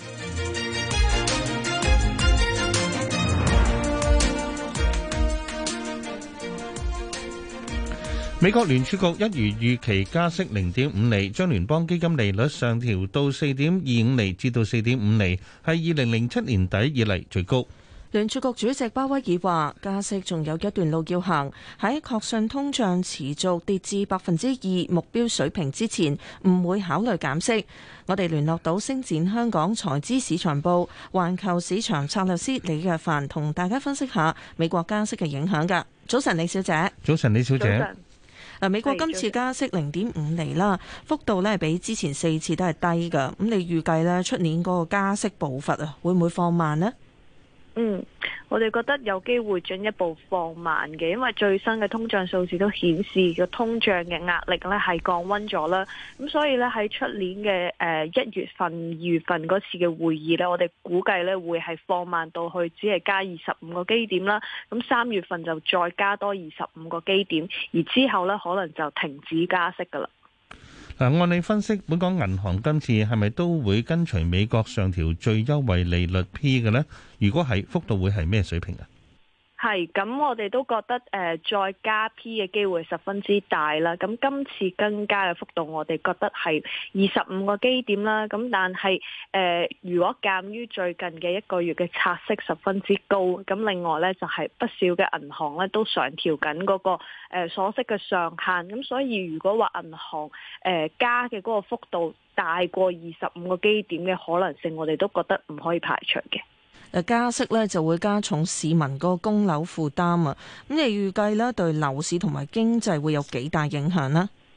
美國聯儲局一如預期加息零點五厘，將聯邦基金利率上調到四點二五厘至到四點五厘，係二零零七年底以嚟最高。 聯儲局主席鮑威爾話：加息仲有一段路要行，喺確信通脹持續跌至百分之二目標水平之前，唔會考慮減息。我哋聯絡到星展香港財資市場部環球市場策略師李若凡，同大家分析下美國加息嘅影響㗎。早晨，李小姐。 早晨，李小姐。 嗱，美國今次加息零點五厘啦，幅度咧比之前四次都係低㗎。咁你預計咧出年嗰個加息步伐啊，會唔會放慢呢？ 嗯，我哋覺得有機會進一步放慢嘅，因為最新嘅通脹數字都顯示個通脹嘅壓力咧係降溫咗啦。咁所以咧喺出年嘅誒一月份、二月份嗰次嘅會議咧，我哋估計咧會係放慢到去只係加二十五個基點啦。咁三月份就再加多二十五個基點，而之後咧可能就停止加息噶啦。 嗱，按你分析，本港銀行今次係咪都會跟隨美國上調最優惠利率 P 嘅呢？如果係，幅度會係咩水平啊？ 係，咁我哋都覺得誒、呃、再加 P 嘅機會十分之大啦。咁今次增加嘅幅度，我哋覺得係二十五個基點啦。咁但係誒、呃，如果鑑於最近嘅一個月嘅拆息十分之高，咁另外咧就係、是、不少嘅銀行咧都上調緊嗰個誒鎖息嘅上限。咁所以如果話銀行誒、呃、加嘅嗰個幅度大過二十五個基點嘅可能性，我哋都覺得唔可以排除嘅。 加息咧就會加重市民個供樓負擔啊！咁你預計咧對樓市同埋經濟會有幾大影響呢？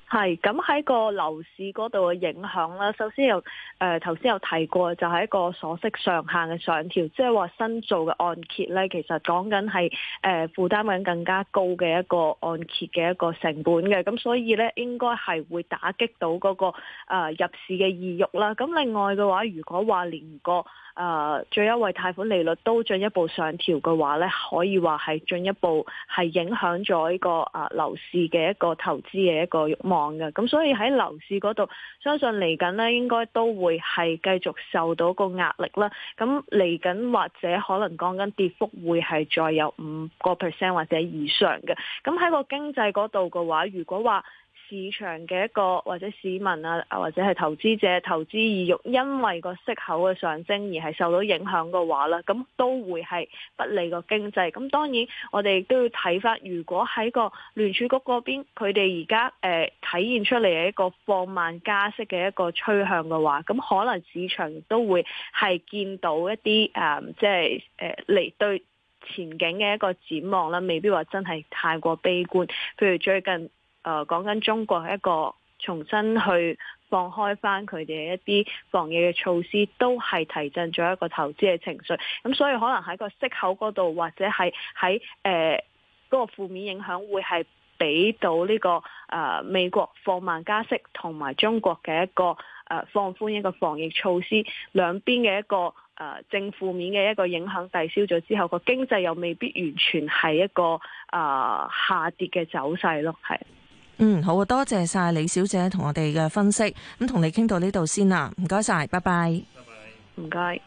係咁喺個樓市嗰度嘅影響啦。首先有誒頭先有提過，就係一個鎖息上限嘅上調，即係話新做嘅按揭咧，其實講緊係誒負擔緊更加高嘅一個按揭嘅一個成本嘅，咁所以咧應該係會打擊到嗰、那個、呃、入市嘅意欲啦。咁另外嘅話，如果話連個誒、呃、最優惠貸款利率都進一步上調嘅話咧，可以話係進一步係影響咗呢個誒、呃、樓市嘅一個投資嘅一個慾望嘅。咁所以喺樓市嗰度，相信嚟緊咧應該都會係繼續受到個壓力啦。咁嚟緊或者可能講緊跌幅會係再有五個 percent 或者以上嘅。咁喺個經濟嗰度嘅話，如果話市場嘅一個或者市民啊，或者係投資者投資意欲，因為個息口嘅上升而係受到影響嘅話咧，咁都會係不利個經濟。咁當然我哋亦都要睇翻，如果喺個聯儲局嗰邊，佢哋而家誒體現出嚟嘅一個放慢加息嘅一個趨向嘅話，咁可能市場亦都會係見到一啲誒、呃，即係誒嚟對前景嘅一個展望啦，未必話真係太過悲觀。譬如最近。誒講緊中國一個重新去放開翻佢哋一啲防疫嘅措施，都係提振咗一個投資嘅情緒。咁所以可能喺個息口嗰度，或者係喺誒嗰個負面影響，會係俾到呢、這個誒、呃、美國放慢加息，同埋中國嘅一個誒、呃、放寬一個防疫措施，兩邊嘅一個誒、呃、正負面嘅一個影響抵消咗之後，個經濟又未必完全係一個誒、呃、下跌嘅走勢咯，係。 嗯，好啊，多謝晒李小姐同我哋嘅分析，咁同你傾到呢度先啦，唔該晒，拜拜。 拜拜，唔該。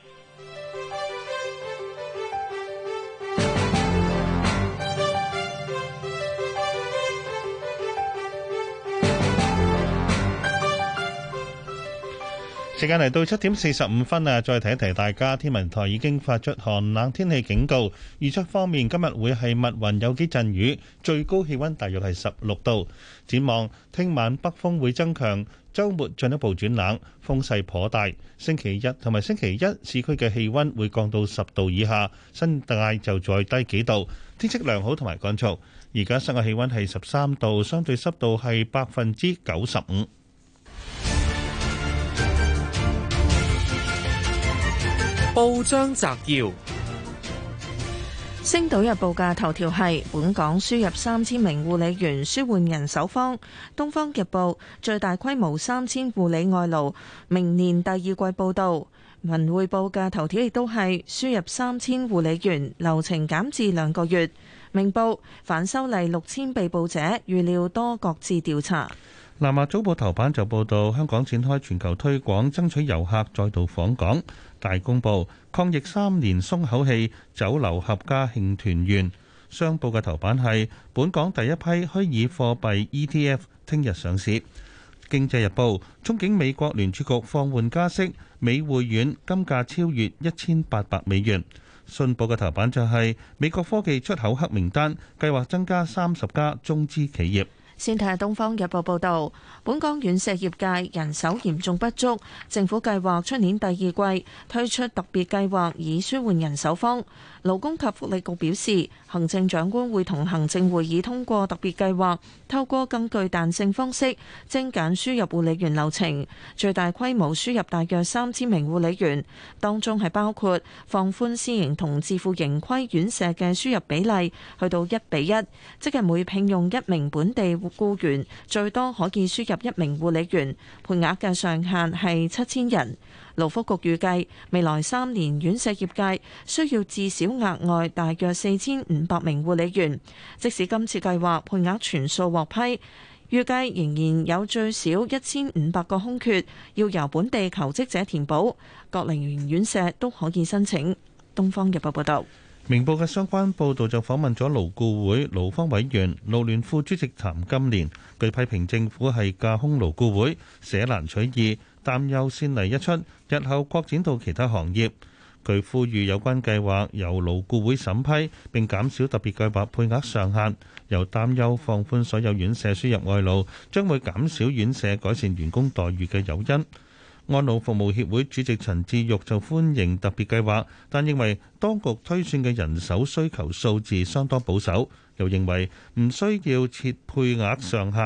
時間嚟到七點四十五分啊！再提一提大家，天文台已經發出寒冷天氣警告。預測方面，今日會係密雲有幾陣雨，最高氣溫大約係十六度。展望聽晚北風會增強，週末進一步轉冷，風勢頗大。星期日同埋星期一市區嘅氣溫會降到十度以下，新界就再低幾度。天色良好同埋乾燥。而家室外氣溫係十三度，相對濕度係百分之九十五。 報章摘要： 星島日報嘅頭條係本港輸入三千名護理員，舒緩人手荒。東方日報最大規模三千護理外勞，明年第二季報道。文匯報嘅頭條亦都係輸入三千護理員，流程減至兩個月。明報反修例六千被捕者，預料多各自調查。 南華早報頭版就報道香港展開全球推廣，爭取遊客再度訪港。大公報抗疫三年鬆口氣，酒樓合家慶團圓。商報嘅頭版係本港第一批虛擬貨幣 E T F 聽日上市。經濟日報憧憬美國聯儲局放緩加息，美匯軟金價超越一千八百美元。信報嘅頭版就係美國科技出口黑名單，計劃增加三十家中資企業。 先睇下《東方日報》報導，本港院舍業界人手嚴重不足，政府計劃出年第二季推出特別計劃，以舒緩人手荒。勞工及福利局表示，行政長官會同行政會議通過特別計劃，透過更具彈性方式精簡輸入護理員流程，最大規模輸入大約三千名護理員，當中係包括放寬私營同自負盈虧院舍嘅輸入比例，去到一比一，即係每聘用一名本地僱員，最多可以輸入一名護理員，配額嘅上限係七千人。勞福局預計未來三年院舍業界需要至少額外大約四千五百名護理員，即使今次計劃配額全數獲批，預計仍然有最少一千五百個空缺要由本地求職者填補，各齡園院舍都可以申請。東方日報報道。 明報嘅相關報導就訪問咗勞顧會勞方委員勞聯副主席譚金蓮，佢批評政府係架空勞顧會，捨難取義，擔憂先例一出，日後擴展到其他行業。佢呼籲有關計劃由勞顧會審批，並減少特別計劃配額上限，又擔憂放寬所有院舍輸入外勞，將會減少院舍改善員工待遇嘅誘因。安老服務協會主席陳志玉就歡迎特別計劃，但認為當局推算嘅人手需求數字相當保守，又認為唔需要設配額上限，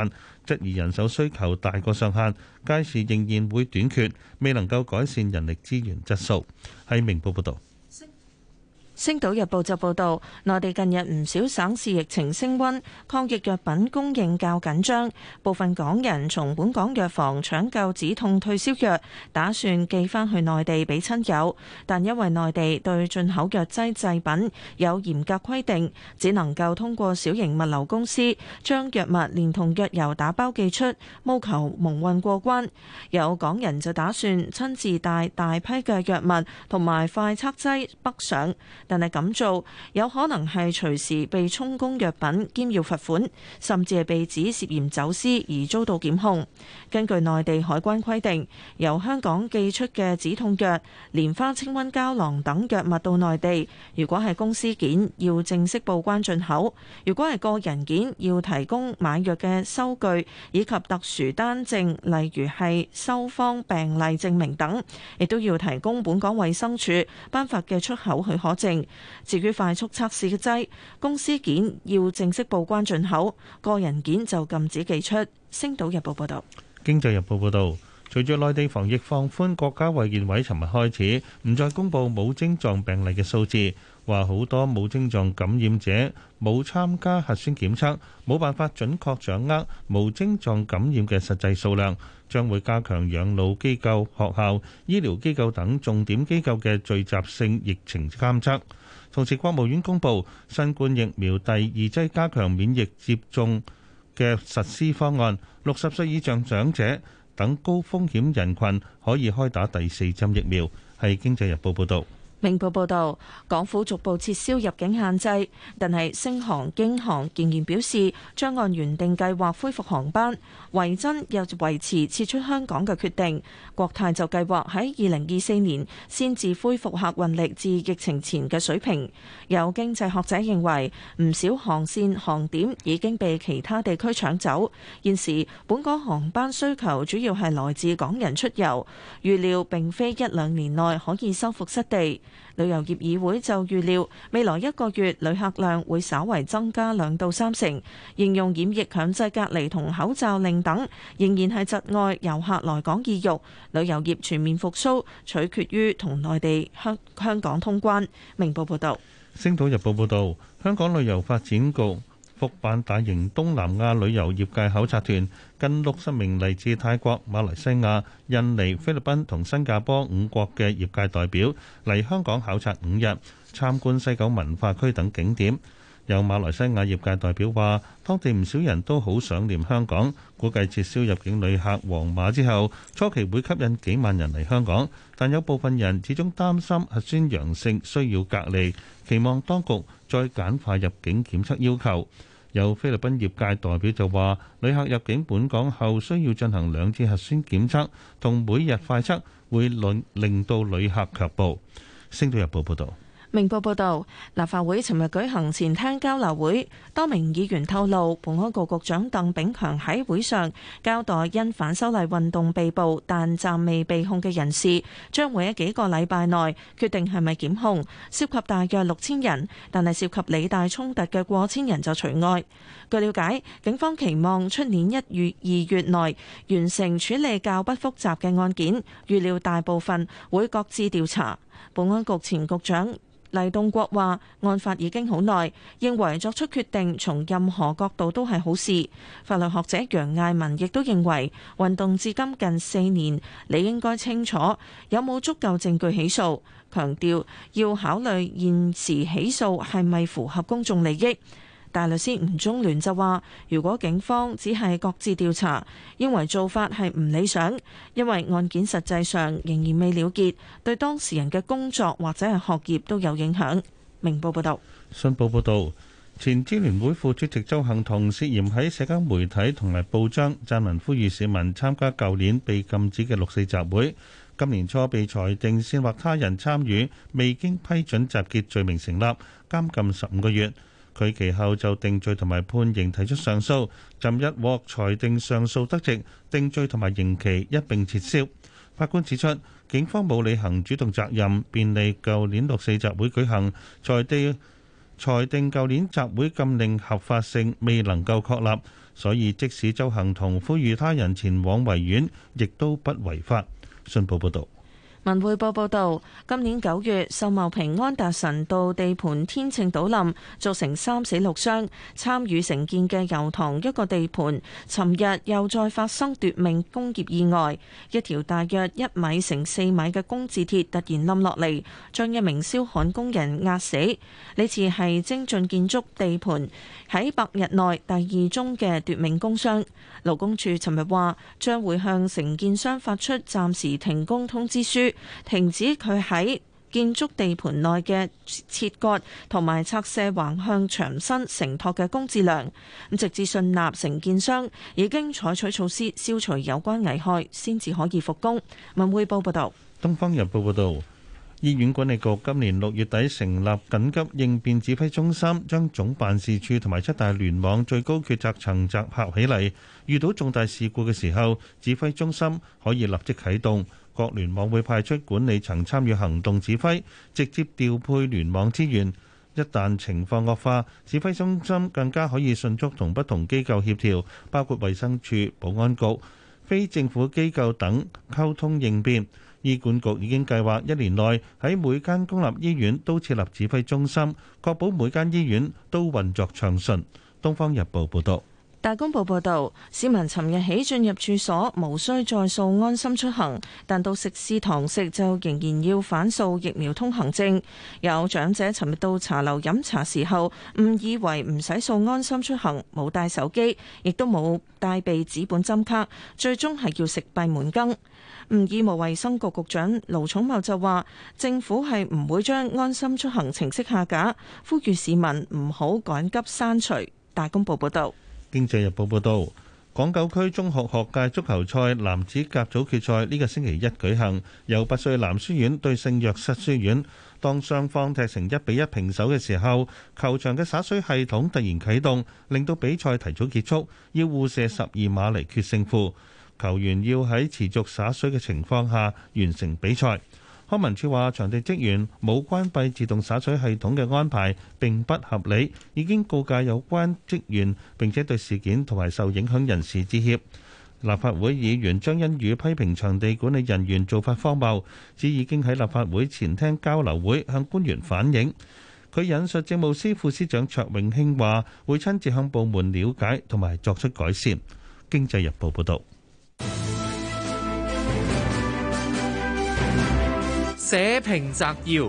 質疑人手需求大過上限，屆時仍然會短缺，未能夠改善人力資源質素。喺明報報導。 星島日報就報導，內地近日唔少省市疫情升溫，抗疫藥品供應較緊張，部分港人從本港藥房搶購止痛退燒藥，打算寄翻去內地俾親友，但因為內地對進口藥劑製品有嚴格規定，只能夠通過小型物流公司將藥物連同藥油打包寄出，務求蒙混過關。有港人就打算親自帶大批嘅藥物同埋快測劑北上。但係咁做有可能係隨時被充公藥品兼要罰款，甚至係被指涉嫌走私而遭到檢控。根據內地海關規定，由香港寄出嘅止痛藥、蓮花清瘟膠囊等藥物到內地，如果係公司件要正式報關進口；如果係個人件，要提供買藥嘅收據以及特殊單證，例如係收方病例證明等，亦都要提供本港衛生署頒發嘅出口許可證。至於快速測試嘅劑，公司件要正式報關進口，個人件就禁止寄出。星島日報報道。 經濟日報報導，隨住內地防疫放寬，國家衛健委尋日開始唔再公布冇症狀病例嘅數字，話好多冇症狀感染者冇參加核酸檢測，冇辦法準確掌握無症狀感染嘅實際數量，將會加強養老機構、學校、醫療機構等重點機構嘅聚集性疫情監測。同時，國務院公布新冠疫苗第二劑加強免疫接種嘅實施方案，六十歲以上長者等高風險人群可以開打第四針疫苗。係《經濟日報》報導。 明報報導，港府逐步撤銷入境限制，但係星航、京航仍然表示將按原定計劃恢復航班，維珍又維持撤出香港嘅決定。國泰就計劃喺二零二四年先至恢復客運力至疫情前嘅水平。有經濟學者認為，唔少航線航點已經被其他地區搶走，現時本港航班需求主要係來自港人出遊，預料並非一兩年內可以收復失地。旅遊業議會就預料未來一個月旅客量會稍為增加兩到三成，形容染疫強制隔離同口罩令等仍然係窒礙遊客來港意欲。旅遊業全面復甦取決於同內地香香港通關。明報報道。 星島日報報道，香港旅遊發展局復辦大型東南亞旅遊業界考察團，近六十名嚟自泰國、馬來西亞、印尼、菲律賓同新加坡五國嘅業界代表嚟香港考察五日，參觀西九文化區等景點。有馬來西亞業界代表話，當地唔少人都好想念香港，估計撤銷入境旅客黃碼之後，初期會吸引幾萬人嚟香港，但有部分人始終擔心核酸陽性需要隔離，期望當局再簡化入境檢測要求。有菲律賓業界代表就話，旅客入境本港後需要進行兩次核酸檢測，同每日快測會令令到旅客卻步。星島日報報導。 明報報導，立法會尋日舉行前廳交流會，多名議員透露，保安局局長鄧炳強喺會上交代，因反修例運動被捕但暫未被控嘅人士，將會喺幾個禮拜內決定係咪檢控，涉及大約六千人，但係涉及理大衝突嘅過千人就除外。據了解，警方期望出年一月、二月內完成處理較不複雜嘅案件，預料大部分會各自調查。保安局前局長黎棟國話：案發已經好耐，認為作出決定從任何角度都係好事。法律學者楊艾文亦都認為，運動至今近四年，你應該清楚有冇足夠證據起訴，強調要考慮現時起訴係咪符合公眾利益。大律師吳中聯就話，如果警方只係各自調查，認為做法係唔理想，因為案件實際上仍然未了結，對當事人嘅工作或者係學業都有影響。明報報道。 信報報導，前支聯會副主席鄒幸彤涉嫌喺社交媒體同埋報章撰文呼籲市民參加舊年被禁止嘅六四集會，今年初被裁定煽惑他人參與未經批准集結罪名成立，監禁十五個月。佢其後就定罪同埋判刑提出上訴，尋日獲裁定上訴得直，定罪同埋刑期一並撤銷。法官指出，警方冇履行主動責任，便利舊年六四集會舉行，裁定裁定舊年集會禁令合法性未能夠確立， 所以即使鄒幸彤呼籲他人前往維園，亦都不違法。信報報導。 文匯報報道，今年九月，秀茂坪安達臣道地盤天秤倒冧，造成三死六傷。參與承建嘅油塘一個地盤，尋日又再發生奪命工業意外，一條大約一米乘四米嘅工字鐵突然冧落嚟，將一名燒焊工人壓死。呢次係精進建築地盤喺百日內第二宗嘅奪命工傷。勞工處尋日話，將會向承建商發出暫時停工通知書，停止佢喺建築地盤內嘅切割同埋拆卸橫向牆身承托嘅工字梁，咁直至信納承建商已經採取措施消除有關危害，先至可以復工。文匯報報道。 東方日報報道。醫院管理局今年六月底成立緊急應變指揮中心，將總辦事處同埋七大聯網最高決策層集合起嚟。遇到重大事故嘅時候，指揮中心可以立即啟動，各聯網會派出管理層參與行動指揮，直接調配聯網資源。一旦情況惡化，指揮中心更加可以迅速同不同機構協調，包括衛生署、保安局、非政府機構等溝通應變。醫管局已經計劃一年內喺每間公立醫院都設立指揮中心，確保每間醫院都運作暢順。《東方日報》報道。 大公報報導，市民尋日起進入處所無需再掃安心出行，但到食肆堂食就仍然要反掃疫苗通行證。有長者尋日到茶樓飲茶時候，誤以為唔使掃安心出行，冇帶手機，亦都冇帶備紙本針卡，最終係要食閉門羹。唔醫務衛生局局長盧寵茂就話，政府係唔會將安心出行程式下架，呼籲市民唔好趕急刪除。大公報報導。 經濟日報報導，港九區中學學界足球賽男子甲組決賽呢個星期一舉行，由拔萃男書院對聖約瑟書院。當雙方踢成一比一平手嘅時候，球場嘅灑水系統突然啟動，令到比賽提早結束，要互射十二碼嚟決勝負。球員要喺持續灑水嘅情況下完成比賽。康文署話，場地職員冇關閉自動灑水系統嘅安排並不合理，已經告誡有關職員，並且對事件同埋受影響人士致歉。立法會議員張欣宇批評場地管理人員做法荒謬，指已經喺立法會前廳交流會向官員反映。佢引述政務司副司長卓永興話，會親自向部門了解同埋作出改善。經濟日報報導。 社評摘要。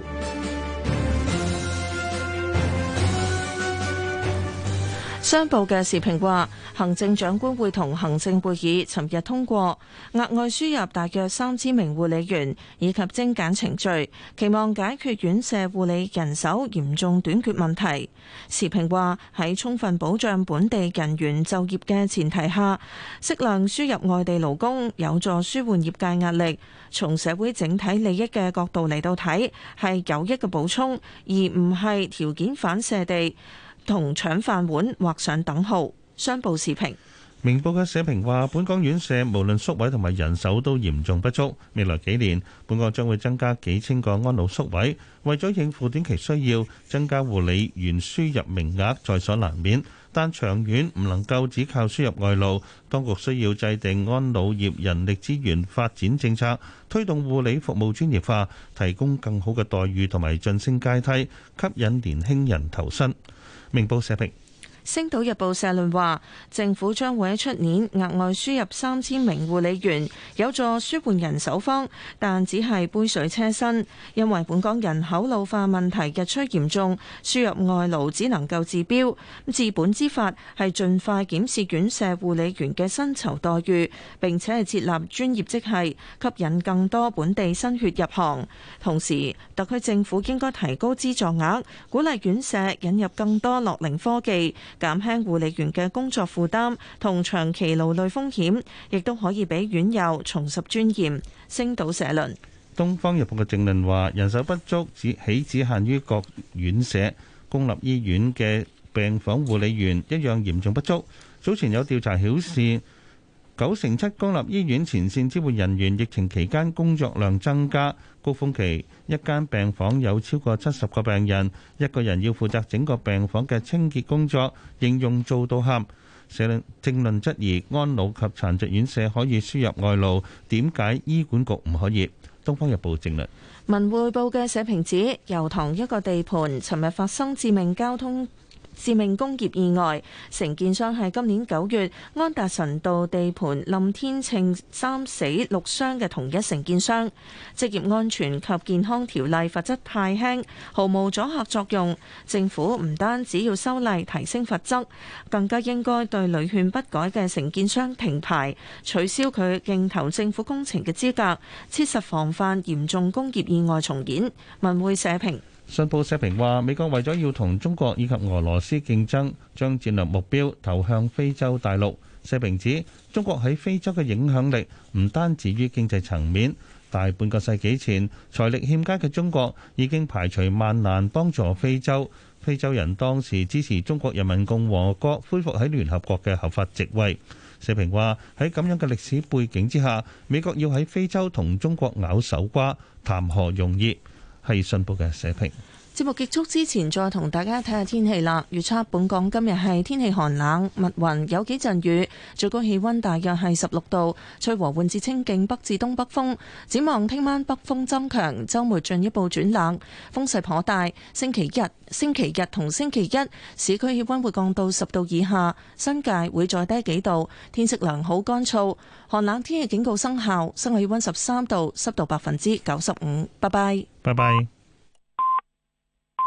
商報嘅時評話，行政長官會同行政會議尋日通過額外輸入大約三千名護理員以及精簡程序，期望解決院舍護理人手嚴重短缺問題。時評話，喺充分保障本地人員就業嘅前提下，適量輸入外地勞工，有助舒緩業界壓力。從社會整體利益嘅角度嚟到睇，係有益嘅補充，而唔係條件反射地同搶飯碗畫上等號。商報時評。 明報嘅社評話，本港院舍無論宿位同埋人手都嚴重不足，未來幾年本港將會增加幾千個安老宿位，為咗應付短期需要，增加護理員輸入名額在所難免，但長遠唔能夠只靠輸入外勞，當局需要制定安老業人力資源發展政策，推動護理服務專業化，提供更好嘅待遇同埋晉升階梯，吸引年輕人投身。明報社評。 星島日報社論話，政府將會喺出年額外輸入三千名護理員，有助舒緩人手荒，但只係杯水車薪，因為本港人口老化問題日趨嚴重，輸入外勞只能夠治標。治本之法係盡快檢視院舍護理員嘅薪酬待遇，並且係設立專業職系，吸引更多本地新血入行。同時，特區政府應該提高資助額，鼓勵院舍引入更多樂齡科技，減輕護理員嘅工作負擔同長期勞累風險，亦都可以俾院友重拾尊嚴。星島社論。 東方日報嘅正論話，人手不足只豈只限於各院舍，公立醫院嘅病房護理員一樣嚴重不足。早前有調查顯示，九成七公立醫院前線支援人員疫情期間工作量增加，高峰期一間病房有超過七十個病人，一個人要負責整個病房嘅清潔工作，形容做到喊。 社論政論質疑安老及殘疾院舍可以輸入外勞，點解醫管局唔可以？《東方日報》政論。 文匯報嘅社評指，油塘一個地盤尋日發生致命交通致命工業意外，承建商係今年九月安達臣道地盤冧天秤三死六傷嘅同一承建商。職業安全及健康條例罰則太輕，毫無阻嚇作用。政府唔單止要修例提升罰則，更加應該對屢勸不改嘅承建商停牌，取消佢競投政府工程嘅資格，切實防範嚴重工業意外重演。文匯社評。 信報社評話，美國為咗要同中國以及俄羅斯競爭，將戰略目標投向非洲大陸。社評指，中國喺非洲嘅影響力唔單止於經濟層面，大半個世紀前，財力欠佳嘅中國已經排除萬難幫助非洲。非洲人當時支持中國人民共和國恢復喺聯合國嘅合法席位。社評話，喺咁樣嘅歷史背景之下，美國要喺非洲同中國咬手瓜，談何容易？係信報嘅社評。 節目結束之前，再同大家睇下天氣啦。預測本港今日係天氣寒冷，密雲有幾陣雨，最高氣溫大約係十六度，吹和緩至清勁北至東北風。展望聽晚北風增強，週末進一步轉冷，風勢頗大。星期日、星期日同星期一，市區氣溫會降到十度以下，新界會再低幾度。天色良好乾燥，寒冷天氣警告生效。室外氣溫十三度，濕度百分之九十五。拜拜。 拜拜。